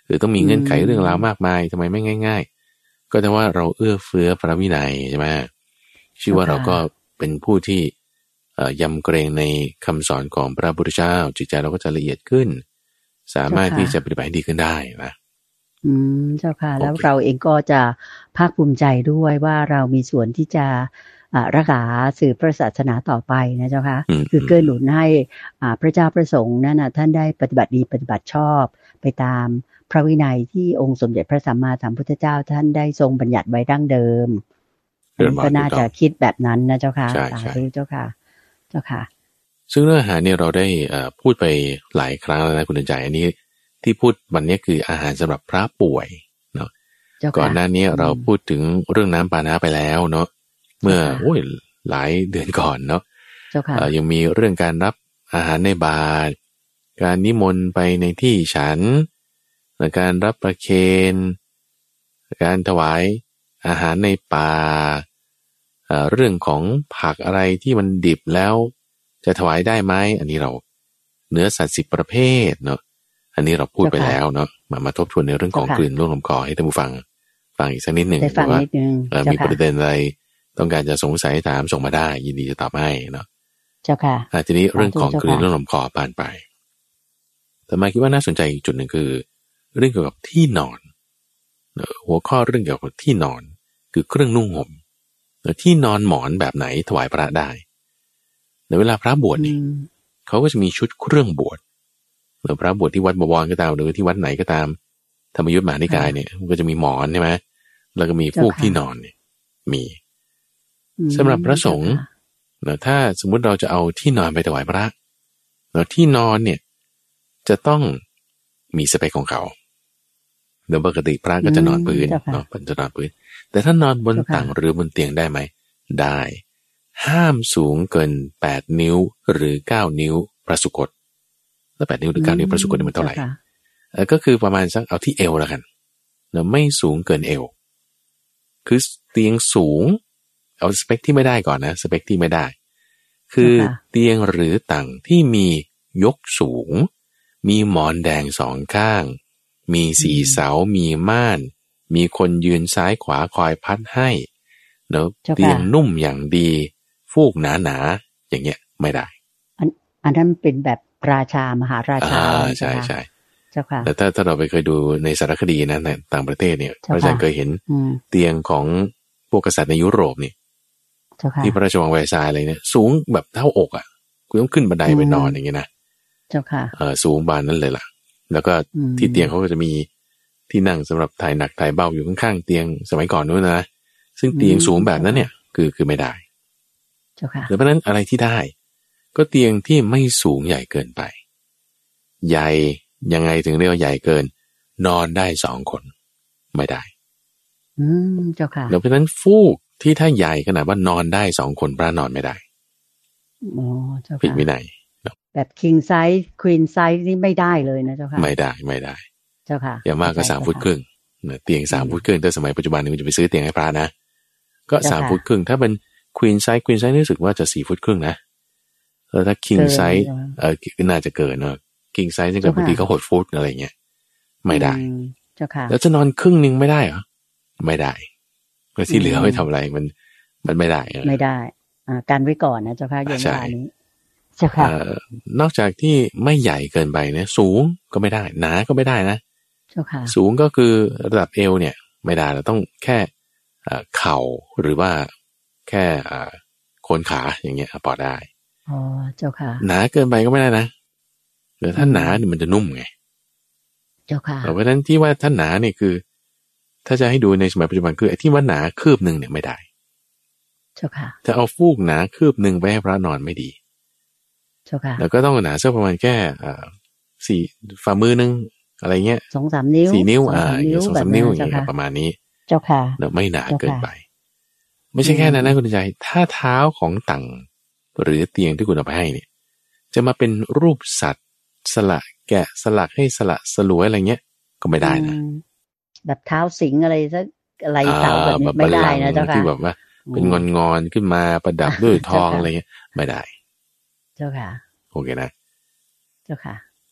หรือต้องมีเงื่อนไขเรื่องราวมากมายทำไมไม่ง่ายๆก็แต่ว่าเราเอื้อเฟื้อพระวินัยใช่ไหมชื่อว่าเราก็เป็นผู้ที่ยำเกรงในคำสอนของพระพุทธเจ้าจิตใจเราก็จะละเอียดขึ้นสามารถที่จะปฏิบัติดีขึ้นได้นะอืมเจ้าค่ะแล้วเราเองก็จะภาคภูมิใจด้วยว่าเรามีส่วนที่จะรักษาสืบพระศาสนาต่อไปนะเจ้าค่ะคือเกื้อหนุนให้พระเจ้าประสงค์นั้นท่านได้ปฏิบัติดีปฏิบัติชอบไปตามพระวินัยที่องค์สมเด็จพระสัมมาสัมพุทธเจ้าท่านได้ทรงบัญญัติไว้ดั้งเดิมก็น่าจะคิดแบบนั้นนะเจ้าค่ะสาธุเจ้าค่ะเจ้าค่ะซึ่งเรื่องอาหารเนี่ยเราได้พูดไปหลายครั้งแล้วนะคุณใจอันนี้ที่พูดวันนี้คืออาหารสำหรับพระป่วยเนาะก่อนหน้านี้เราพูดถึงเรื่องน้ำปานะไปแล้วเนาะเมื่อโอ้ยหลายเดือนก่อนเนาะยังมีเรื่องการรับอาหารในบาตรการนิมนต์ไปในที่ฉันการรับประเคนการถวายอาหารในป่าเรื่องของผักอะไรที่มันดิบแล้วจะถวายได้ไหมอันนี้เราเนื้อสัตว์สิบประเภทเนาะอันนี้เราพูดไปแล้วเนาะมามาทบทวนในเรื่องของกลืนร่วงลำคอให้ท่านผู้ฟังฟังอีกสักนิดหนึ่งว่ามีประเด็นอะไรต้องการจะสงสัยถามส่งมาได้ยินดีจะตอบให้เนาะเจ้าค่ะทีนี้เรื่องของกลืนร่วงลำคอผ่านไปแต่มาคิดว่าน่าสนใจอีกจุดหนึ่งคือเรื่องเกี่ยวกับที่นอนหัวข้อเรื่องเกี่ยวกับที่นอนคือเครื่องนุ่งห่มที่นอนหมอนแบบไหนถวายพระได้ในเวลาพระบวชนี่เขาก็จะมีชุดเครื่องบวชหรือพระบวชที่วัดบวรก็ตามหรือที่วัดไหนก็ตามธรรมยุทธมหานิกายเนี่ยก็จะมีหมอนใช่ไหมแล้วก็มีฟูกที่นอนเนี่ยมีสำหรับพระสงฆ์นะถ้าสมมุติเราจะเอาที่นอนไปถวายพระแล้วที่นอนเนี่ยจะต้องมีสเปคของเขาโดยปกติพระก็จะนอนพื้นเนาะจะนอนพื้นแต่ถ้านอนบนตักหรือบนเตียงได้ไหมได้ห้ามสูงเกินแปดนิ้วหรือเก้านิ้วพระสุคตแล้วแปดนิ้วหรือเก้านิ้วพระสุคตนี่มันเท่าไหร่เออก็คือประมาณสักเอาที่เอวแล้วกันแล้วไม่สูงเกินเอวคือเตียงสูงเอาสเปคที่ไม่ได้ก่อนนะสเปคที่ไม่ได้คือเตียงหรือตังที่มียกสูงมีหมอนแดงสองข้างมีสี่เสามีม่านมีคนยืนซ้ายขวาคอยพัดให้เนาะเตียงนุ่มอย่างดีฟูกหนาๆอย่างเงี้ยไม่ได้อันอันนั้นเป็นแบบราชามหาราชาใช่ใช่เจ้าค่ะแต่ถ้าถ้าเราไปเคยดูในสารคดีนะในต่างประเทศเนี่ยพระอาจารย์เคยเห็นเตียงของพวกกษัตริย์ในยุโรปนี่ที่พระราชวังแวร์ซายน์อะไรเนี่ยสูงแบบเท่าอกอ่ะคุณต้องขึ้นบันไดไปนอนอย่างเงี้ยนะเจ้าค่ะเออสูงบานนั้นเลยล่ะแล้วก็ที่เตียงเขาก็จะมีที่นั่งสำหรับถ่ายหนักถ่ายเบาอยู่ข้างๆเตียงสมัยก่อนนู้นนะซึ่งเตียงสูงแบบนั้นเนี่ยคือคือไม่ได้เจ้าค่ะเพราะนั้นอะไรที่ได้ก็เตียงที่ไม่สูงใหญ่เกินไปใหญ่ยังไงถึงเรียกว่าใหญ่เกินนอนได้สองคนไม่ได้อืมเจ้าค่ะแล้วเพราะนั้นฟูกที่ถ้าใหญ่ขนาดว่านอนได้สองคนพระนอนไม่ได้อ๋อเจ้าค่ะผิดวินัยแบบ king size queen size นี่ไม่ได้เลยนะเจ้าค่ะไม่ได้ไม่ได้เจ้าค่ะอย่างมากก็สามฟุตครึ่งเตียงสามฟุตครึ่งแต่สมัยปัจจุบันนี้คุณจะไปซื้อเตียงให้พระนะก็สามฟุตครึ่งถ้าเป็น queen size queen size รู้สึกว่าจะสี่ฟุตครึ่งนะแล้วถ้า king size เออน่าจะเกินเนอะ king size ซึ่งบางทีเขาหกฟุตอะไรเงี้ยไม่ได้เจ้าค่ะแล้วจะนอนครึ่งนึงไม่ได้เหรอไม่ได้แล้วที่เหลือไว้ทำอะไรมันมันไม่ได้ไม่ได้อ่าการไว้ก่อนนะเจ้าค่ะอย่างว่านี้เจ้าค่ะนอกจากที่ไม่ใหญ่เกินไปเนี่ยสูงก็ไม่ได้หนาก็ไม่ได้นะเจ้าค่ะสูงก็คือระดับเอวเนี่ยไม่ได้เราต้องแค่เข่าหรือว่าแค่โคนขาอย่างเงี้ยพอได้อ๋อเจ้าค่ะหนาเกินไปก็ไม่ได้นะแต่ถ้าหนาเนี่ยมันจะนุ่มไงเจ้าค่ะเพราะฉะนั้นที่ว่าถ้าหนาเนี่ยคือถ้าจะให้ดูในสมัยปัจจุบันคือไอ้ที่ว่าหนาคืบนึงเนี่ยไม่ได้เจ้าค่ะจะเอาฟูกหนาคืบนึงไปให้พระนอนไม่ดีเจ้าค่ะแล้วก็ต้องหนาสักประมาณแค่สี่ฝ่ามือนึงอะไรเงี้ยสองสามนิ้วสี่นิ้วอ่าสองสามนิ้วอย่างเงี้ยประมาณนี้เจ้าค่ะไม่หนาเกินไปไม่ใช่แค่นั้นนะคุณใจถ้าเท้าของตังหรือเตียงที่คุณเอาไปให้เนี่ยจะมาเป็นรูปสัตว์สลักแกะสลักให้สละสลวยอะไรเงี้ยก็ไม่ได้นะแบบเท้าสิงอะไรสักอะไรเสาแบบนี้ไม่ได้นะเจ้าค่ะที่แบบว่าเป็นงอนงอนขึ้นมาประดับด้วยทองอะไรเงี้ยไม่ได้เจ้าค่ะโอเคนะเจ้าค่ะ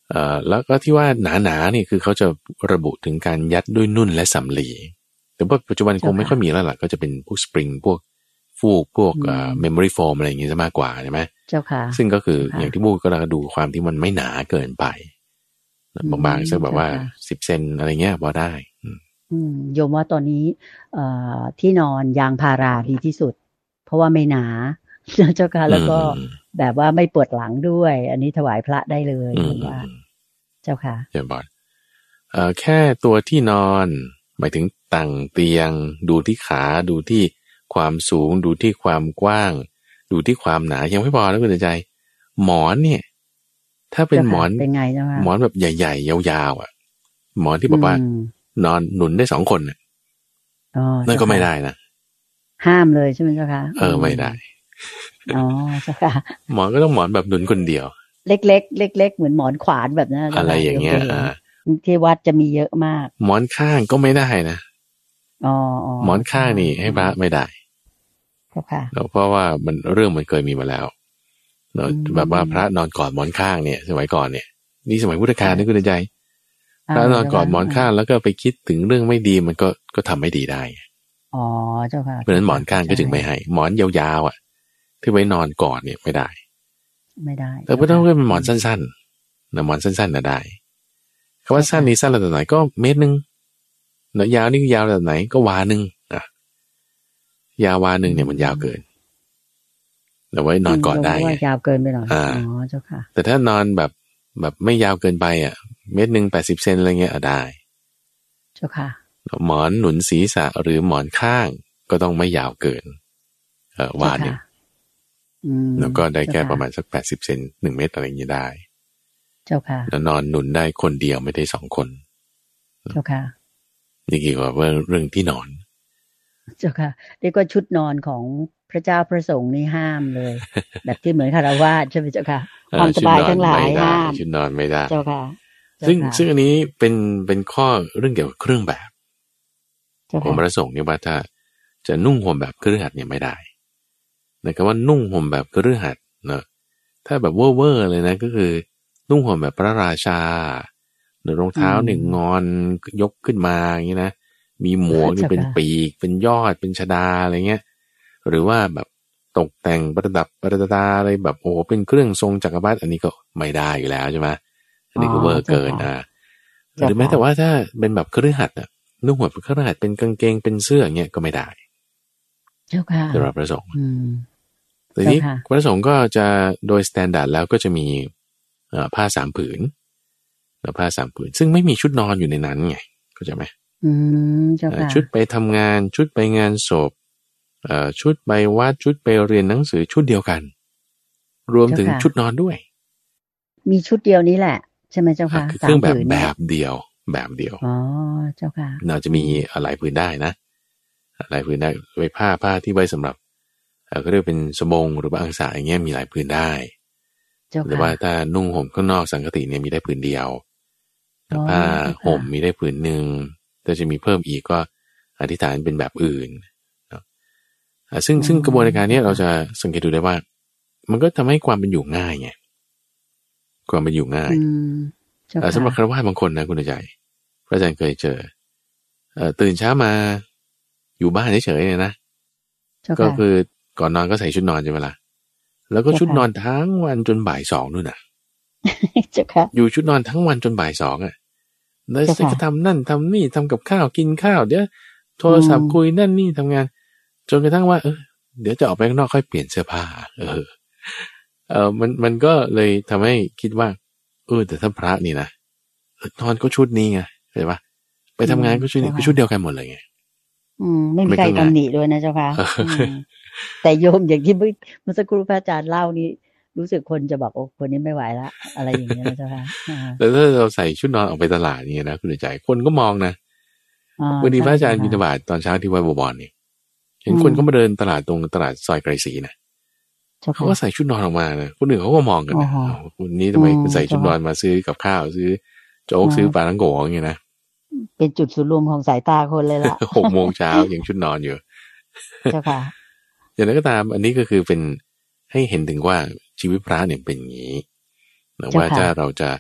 เอ่อแล้วก็ที่ว่าหนาๆนี่คือเขาจะระบุถึงการยัดด้วยนุ่นและสำลีแต่ว่าปัจจุบันคงไม่ค่อยมีแล้วล่ะก็จะเป็นพวกสปริงพวกฟูกพวกเอ่อเมมโมรี่โฟมอะไรอย่างงี้ซะมากกว่าใช่ไหมเจ้าค่ะซึ่งก็คืออย่างที่พูดก็เราดูความที่มันไม่หนาเกินไปบางๆสักแบบว่าสิบเซนอะไรเงี้ยพอได้อืมโยมว่าตอนนี้เอ่อที่นอนยางพาราดีที่สุดเพราะว่าไม่หนาเจ้าค่ะแล้วก็แบบว่าไม่ปวดหลังด้วยอันนี้ถวายพระได้เลยผมว่าเจ้าค่ะเจ้าบอดเอ่อแค่ตัวที่นอนหมายถึงตั้งเตียงดูที่ขาดูที่ความสูงดูที่ความกว้างดูที่ความหนายังไม่พอแล้วคุณใจหมอนเนี่ยถ้าเป็นหมอนเป็นไงเจ้าค่ะหมอนแบบใหญ่ๆยาวๆอ่ะหมอนที่บอกว่านอนหนุนได้สองคนน่ะนั่นก็ไม่ได้นะห้ามเลยใช่ไหมเจ้าค่ะเออไม่ได้อ๋อเจ้าค่ะหมอนก็ต้องหมอนแบบหนุนคนเดียวเล็กๆเล็กๆเหมือนหมอนขวานแบบนั้นอะไรอย่างเงี้ยอ่าที่วัดจะมีเยอะมากหมอนข้างก็ไม่ได้นะอ๋อหมอนข้างนี่ให้พระไม่ได้ค่ะเพราะว่ามันเรื่องมันเคยมีมาแล้วเนาะแบบว่าพระนอนกอดหมอนข้างเนี่ยสมัยก่อนเนี่ยนี่สมัยพุทธกาลนี่คุณใจพระนอนกอดหมอนข้างแล้วก็ไปคิดถึงเรื่องไม่ดีมันก็ก็ทำไม่ดีได้อ๋อเจ้าค่ะเพราะฉะนั้นหมอนข้างก็ถึงไม่ให้หมอนยาวๆอ่ะที่ไว้นอนกอดเนี่ยไม่ได้ไม่ได้แต่ไม่ต้องเป็นหมอนสั้นๆนะหมอนสั้นๆนะได้คำว่าสั้นนี้สั้นระดับไหนก็เมตรนึงเนาะยาวนี่ยาวระดับไหนก็วานึงอ่ะยาววานึงเนี่ยมันยาวเกินแต่ไว้นอนกอดได้ไงยาวเกินไปหน่อยอ๋อเจ้าค่ะแต่ถ้านอนแบบแบบไม่ยาวเกินไปอ่ะเมตรหนึ่งแปดสิบเซนอะไรเงี้ยได้เจ้าค่ะหมอนหนุนศีรษะหรือหมอนข้างก็ต้องไม่ยาวเกินเอ่อวานึงแล้วก็ได้แค่ประมาณสักแปดสิบเซนหนึ่งเมตรอะไรอย่างนี้ได้เจ้าค่ะแล้วนอนหนุนได้คนเดียวไม่ได้สองคนเจ้าค่ะนี่เกี่ยวกับเรื่องเรื่องที่นอนเจ้าค่ะเรียกว่าชุดนอนของพระเจ้าพระสงฆ์นี่ห้ามเลย แบบที่เหมือนคารวาสใช่ไหมเจ้าค่ะความสบายทั้งหลายห้ามชุดนอนไม่ได้เจ้าค่ะซึ่งซึ่งอันนี้เป็นเป็นข้อเรื่องเกี่ยวกับเครื่องแบบของพระสงฆ์เนี่ยว่าถ้าจะนุ่งห่มแบบเครือขัดเนี่ยไม่ได้นะครับว่านุ่งห่มแบบเครือขัดเนอะถ้าแบบเว่อร์ๆเลยนะก็คือนุ่งห่มแบบพระราชาหรือรองเท้าหนึ่งงอนยกขึ้นมาอย่างนี้นะมีหมวกนี่เป็นปีกเป็นยอดเป็นชดาอะไรเงี้ยหรือว่าแบบตกแต่งประดับประดาอะไรแบบโอ้เป็นเครื่องทรงจักรพรรดิอันนี้ก็ไม่ได้อยู่แล้วใช่ไหมอันนี้ก็เวอร์เกินอ่ะหรือแม้แต่ว่าถ้าเป็นแบบเครือขัดอ่ะนุ่งห่มเป็นเครือขัดเป็นกางเกงเป็นเสื้อเงี้ยก็ไม่ได้เจ้าค่ะสำหรับพระสงฆ์ทีนี้พระสงฆ์ก็จะโดยสแตนดาร์ดแล้วก็จะมีผ้าสามผืนผ้าสามผืนซึ่งไม่มีชุดนอนอยู่ในนั้นไงเข้าใจไหมชุดไปทำงานชุดไปงานศพชุดไปวัดชุดไปเรียนหนังสือชุดเดียวกันรวมถึงชุดนอนด้วยมีชุดเดียวนี้แหละใช่ไหมเจ้าค่ะเครื่องแบบแบบเดียวแบบเดียวอ๋อเจ้าค่ะเราจะมีหลายผืนได้นะหลายผืนได้ไว้ผ้าผ้าที่ไว้สำหรับก็เรียกเป็นสบงหรือว่าอังสะอย่างเงี้ยมีหลายผืนได้หรือว่าถ้านุ่งห่มข้างนอกสังฆติเนี่ยมีได้ผืนเดียวผ้าห่มมีได้ผืนหนึ่งถ้าจะมีเพิ่มอีกก็อธิษฐานเป็นแบบอื่นซึ่งซึ่งกระบวนการนี้เราจะสังเกตดูได้ว่ามันก็ทำให้ความเป็นอยู่ง่ายไงความเป็นอยู่ง่ายสำหรับคฤหัสถ์บางคนนะคุณใจพระอาจารย์เคยเจอตื่นเช้ามาอยู่บ้านเฉยๆเนี่ยนะก็คือก่อนนอนก็ใส่ชุดนอนใช่ไหมล่ะแล้วก็ชุดนอนทั้งวันจนบ่ายสองนู่นน่ะอยู่ชุดนอนทั้งวันจนบ่ายสองอ่ะแล้วก็ทำนั่นทำนี่ทำกับข้าวกินข้าวเดี๋ยวโทรศัพท์คุยนั่นนี่ทำงานจนกระทั่งว่าเออเดี๋ยวจะออกไปข้างนอกค่อยเปลี่ยนเสื้อผ้าเออเออมันมันก็เลยทำให้คิดว่าเออแต่ถ้าพระนี่นะนอนก็ชุดนี้ไงเข้าใจปะไปทำงานก็ชุดนี้ก็ชุดเดียวกันหมดเลยไงอืมไม่มีใครตำหนิด้วยนะเจ้าค่ะแต่โยมอย่างที่เมื่อสักครู่พระอาจารย์เล่านี่รู้สึกคนจะบอกโอ้คนนี้ไม่ไหวละอะไรอย่างเงี้ยนะเจ้าค่ะแต่ถ้าเราใส่ชุดนอนออกไปตลาดนี่นะคุณใจคนก็มองนะวันนี้พระอาจารย์บิณฑบาตตอนเช้าที่วัดบวรนี่เห็นคนเขามาเดินตลาดตรงตลาดซอยไกรศรีนะเขาก็ใส่ชุดนอนออกมานะคนอื่นเขาก็มองกันนะคุณนี้ทำไมคุณใส่ชุดนอนมาซื้อกับข้าวซื้อโจ๊กซื้อปลาทั้งโกะอย่างเงี้ยนะเป็นจุดศูนย์รวมของสายตาคนเลยล่ะหกโมงเช้ายังชุดนอนอยู่เจ้าค่ะอย่างนั้นก็ตามอันนี้ก็คือเป็นให้เห็นถึงว่าชีวิตพระเนี่ยเป็นอย่างนี้นะว่าถ้าเราจะ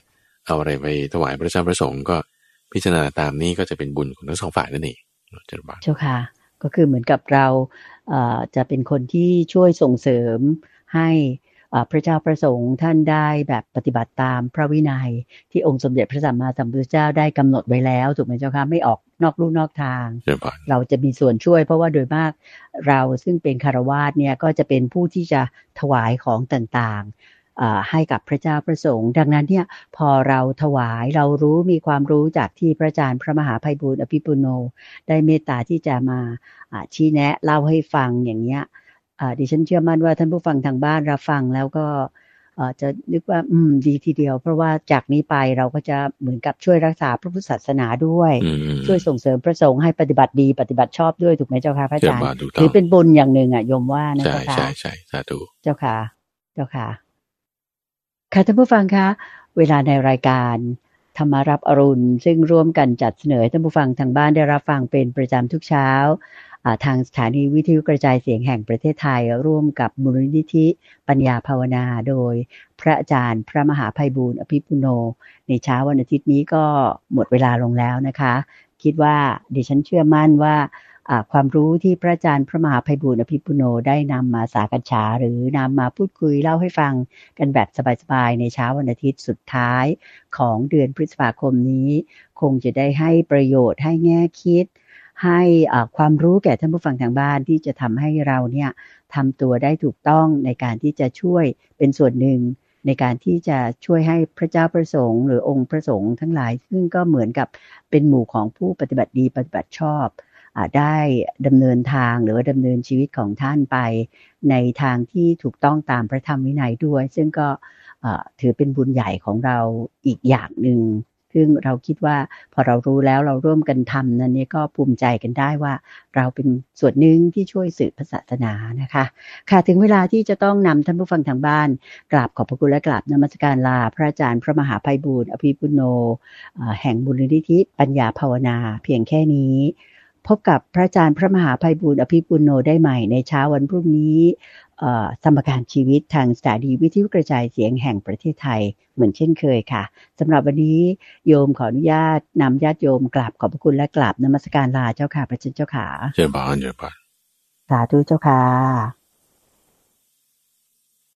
เอาอะไรไปถวายพระเจ้าพระสงฆ์ก็พิจารณาตามนี้ก็จะเป็นบุญของทั้งสองฝ่ายนั่นเองเจ้าค่ะเจ้าค่ะก็คือเหมือนกับเราเอ่อจะเป็นคนที่ช่วยส่งเสริมให้พระเจ้าพระสงฆ์ท่านได้แบบปฏิบัติตามพระวินัยที่องค์สมเด็จพระสัมมาสัมพุทธเจ้าได้กำหนดไว้แล้วถูกไหมเจ้าค่ะไม่ออกนอกลู่นอกทางเราจะมีส่วนช่วยเพราะว่าโดยมากเราซึ่งเป็นคฤหัสถ์เนี่ยก็จะเป็นผู้ที่จะถวายของต่างๆให้กับพระเจ้าพระสงฆ์ดังนั้นเนี่ยพอเราถวายเรารู้มีความรู้จากที่พระอาจารย์พระมหาไพบูลย์อภิปุโนได้เมตตาที่จะมาชี้แนะเล่าให้ฟังอย่างเงี้ยดิฉันเชื่อมั่นว่าท่านผู้ฟังทางบ้านรับฟังแล้วก็จะนึกว่าอืมดีทีเดียวเพราะว่าจากนี้ไปเราก็จะเหมือนกับช่วยรักษาพระพุทธศาสนาด้วยช่วยส่งเสริมพระสงฆ์ให้ปฏิบัติดีปฏิบัติชอบด้วยถูกไหมเจ้าค่ะพระอาจารย์ถือเป็นบุญอย่างหนึ่งอ่ะโยมว่านะเจ้าค่ะใช่ใช่สาธุเจ้าค่ะเจ้าค่ะค่ะท่านผู้ฟังคะเวลาในรายการธรรมารับอรุณซึ่งร่วมกันจัดเสนอท่านผู้ฟังทางบ้านได้รับฟังเป็นประจำทุกเช้าทางสถานีวิทยุกระจายเสียงแห่งประเทศไทยร่วมกับมูลนิธิปัญญาภาวนาโดยพระอาจารย์พระมหาไพบูลย์อภิปุโนในเช้าวันอาทิตย์นี้ก็หมดเวลาลงแล้วนะคะคิดว่าดิฉันเชื่อมั่นว่าความรู้ที่พระอาจารย์พระมหาไพบูลย์อภิปุโนได้นำมาสากัญชาหรือนำมาพูดคุยเล่าให้ฟังกันแบบสบายๆในเช้าวันอาทิตย์สุดท้ายของเดือนพฤษภาคมนี้คงจะได้ให้ประโยชน์ให้แง่คิดให้ความรู้แก่ท่านผู้ฟังทางบ้านที่จะทำให้เราเนี่ยทำตัวได้ถูกต้องในการที่จะช่วยเป็นส่วนหนึ่งในการที่จะช่วยให้พระเจ้าประสงค์หรือองค์พระสงฆ์ทั้งหลายซึ่งก็เหมือนกับเป็นหมู่ของผู้ปฏิบัติดีปฏิบัติชอบได้ดำเนินทางหรือว่าดำเนินชีวิตของท่านไปในทางที่ถูกต้องตามพระธรรมวินัยด้วยซึ่งก็ถือเป็นบุญใหญ่ของเราอีกอย่างหนึ่งซึ่งเราคิดว่าพอเรารู้แล้วเราร่วมกันทำนั้นนี่ก็ภูมิใจกันได้ว่าเราเป็นส่วนหนึ่งที่ช่วยสืบพระศาสนานะคะค่ะถึงเวลาที่จะต้องนำท่านผู้ฟังทางบ้านกราบขอบพระคุณและกราบนมัสการลาพระอาจารย์พระมหาไพบูลย์อภิปุโนแห่งมูลนิธิปัญญาภาวนาเพียงแค่นี้พบกับพระอาจารย์พระมหาไพบูลย์อภิปุโนได้ใหม่ในเช้าวันพรุ่งนี้สมการชีวิตทางสถานีวิทยุกระจายเสียงแห่งประเทศไทยเหมือนเช่นเคยค่ะสำหรับวันนี้โยมขออนุญาตนำญาติโยมกราบขอบพระคุณและกราบนมัสการลาเจ้าค่ะพระเจ้าค่ะเจริญพรเจริญพรสาธุเจ้าค่ะ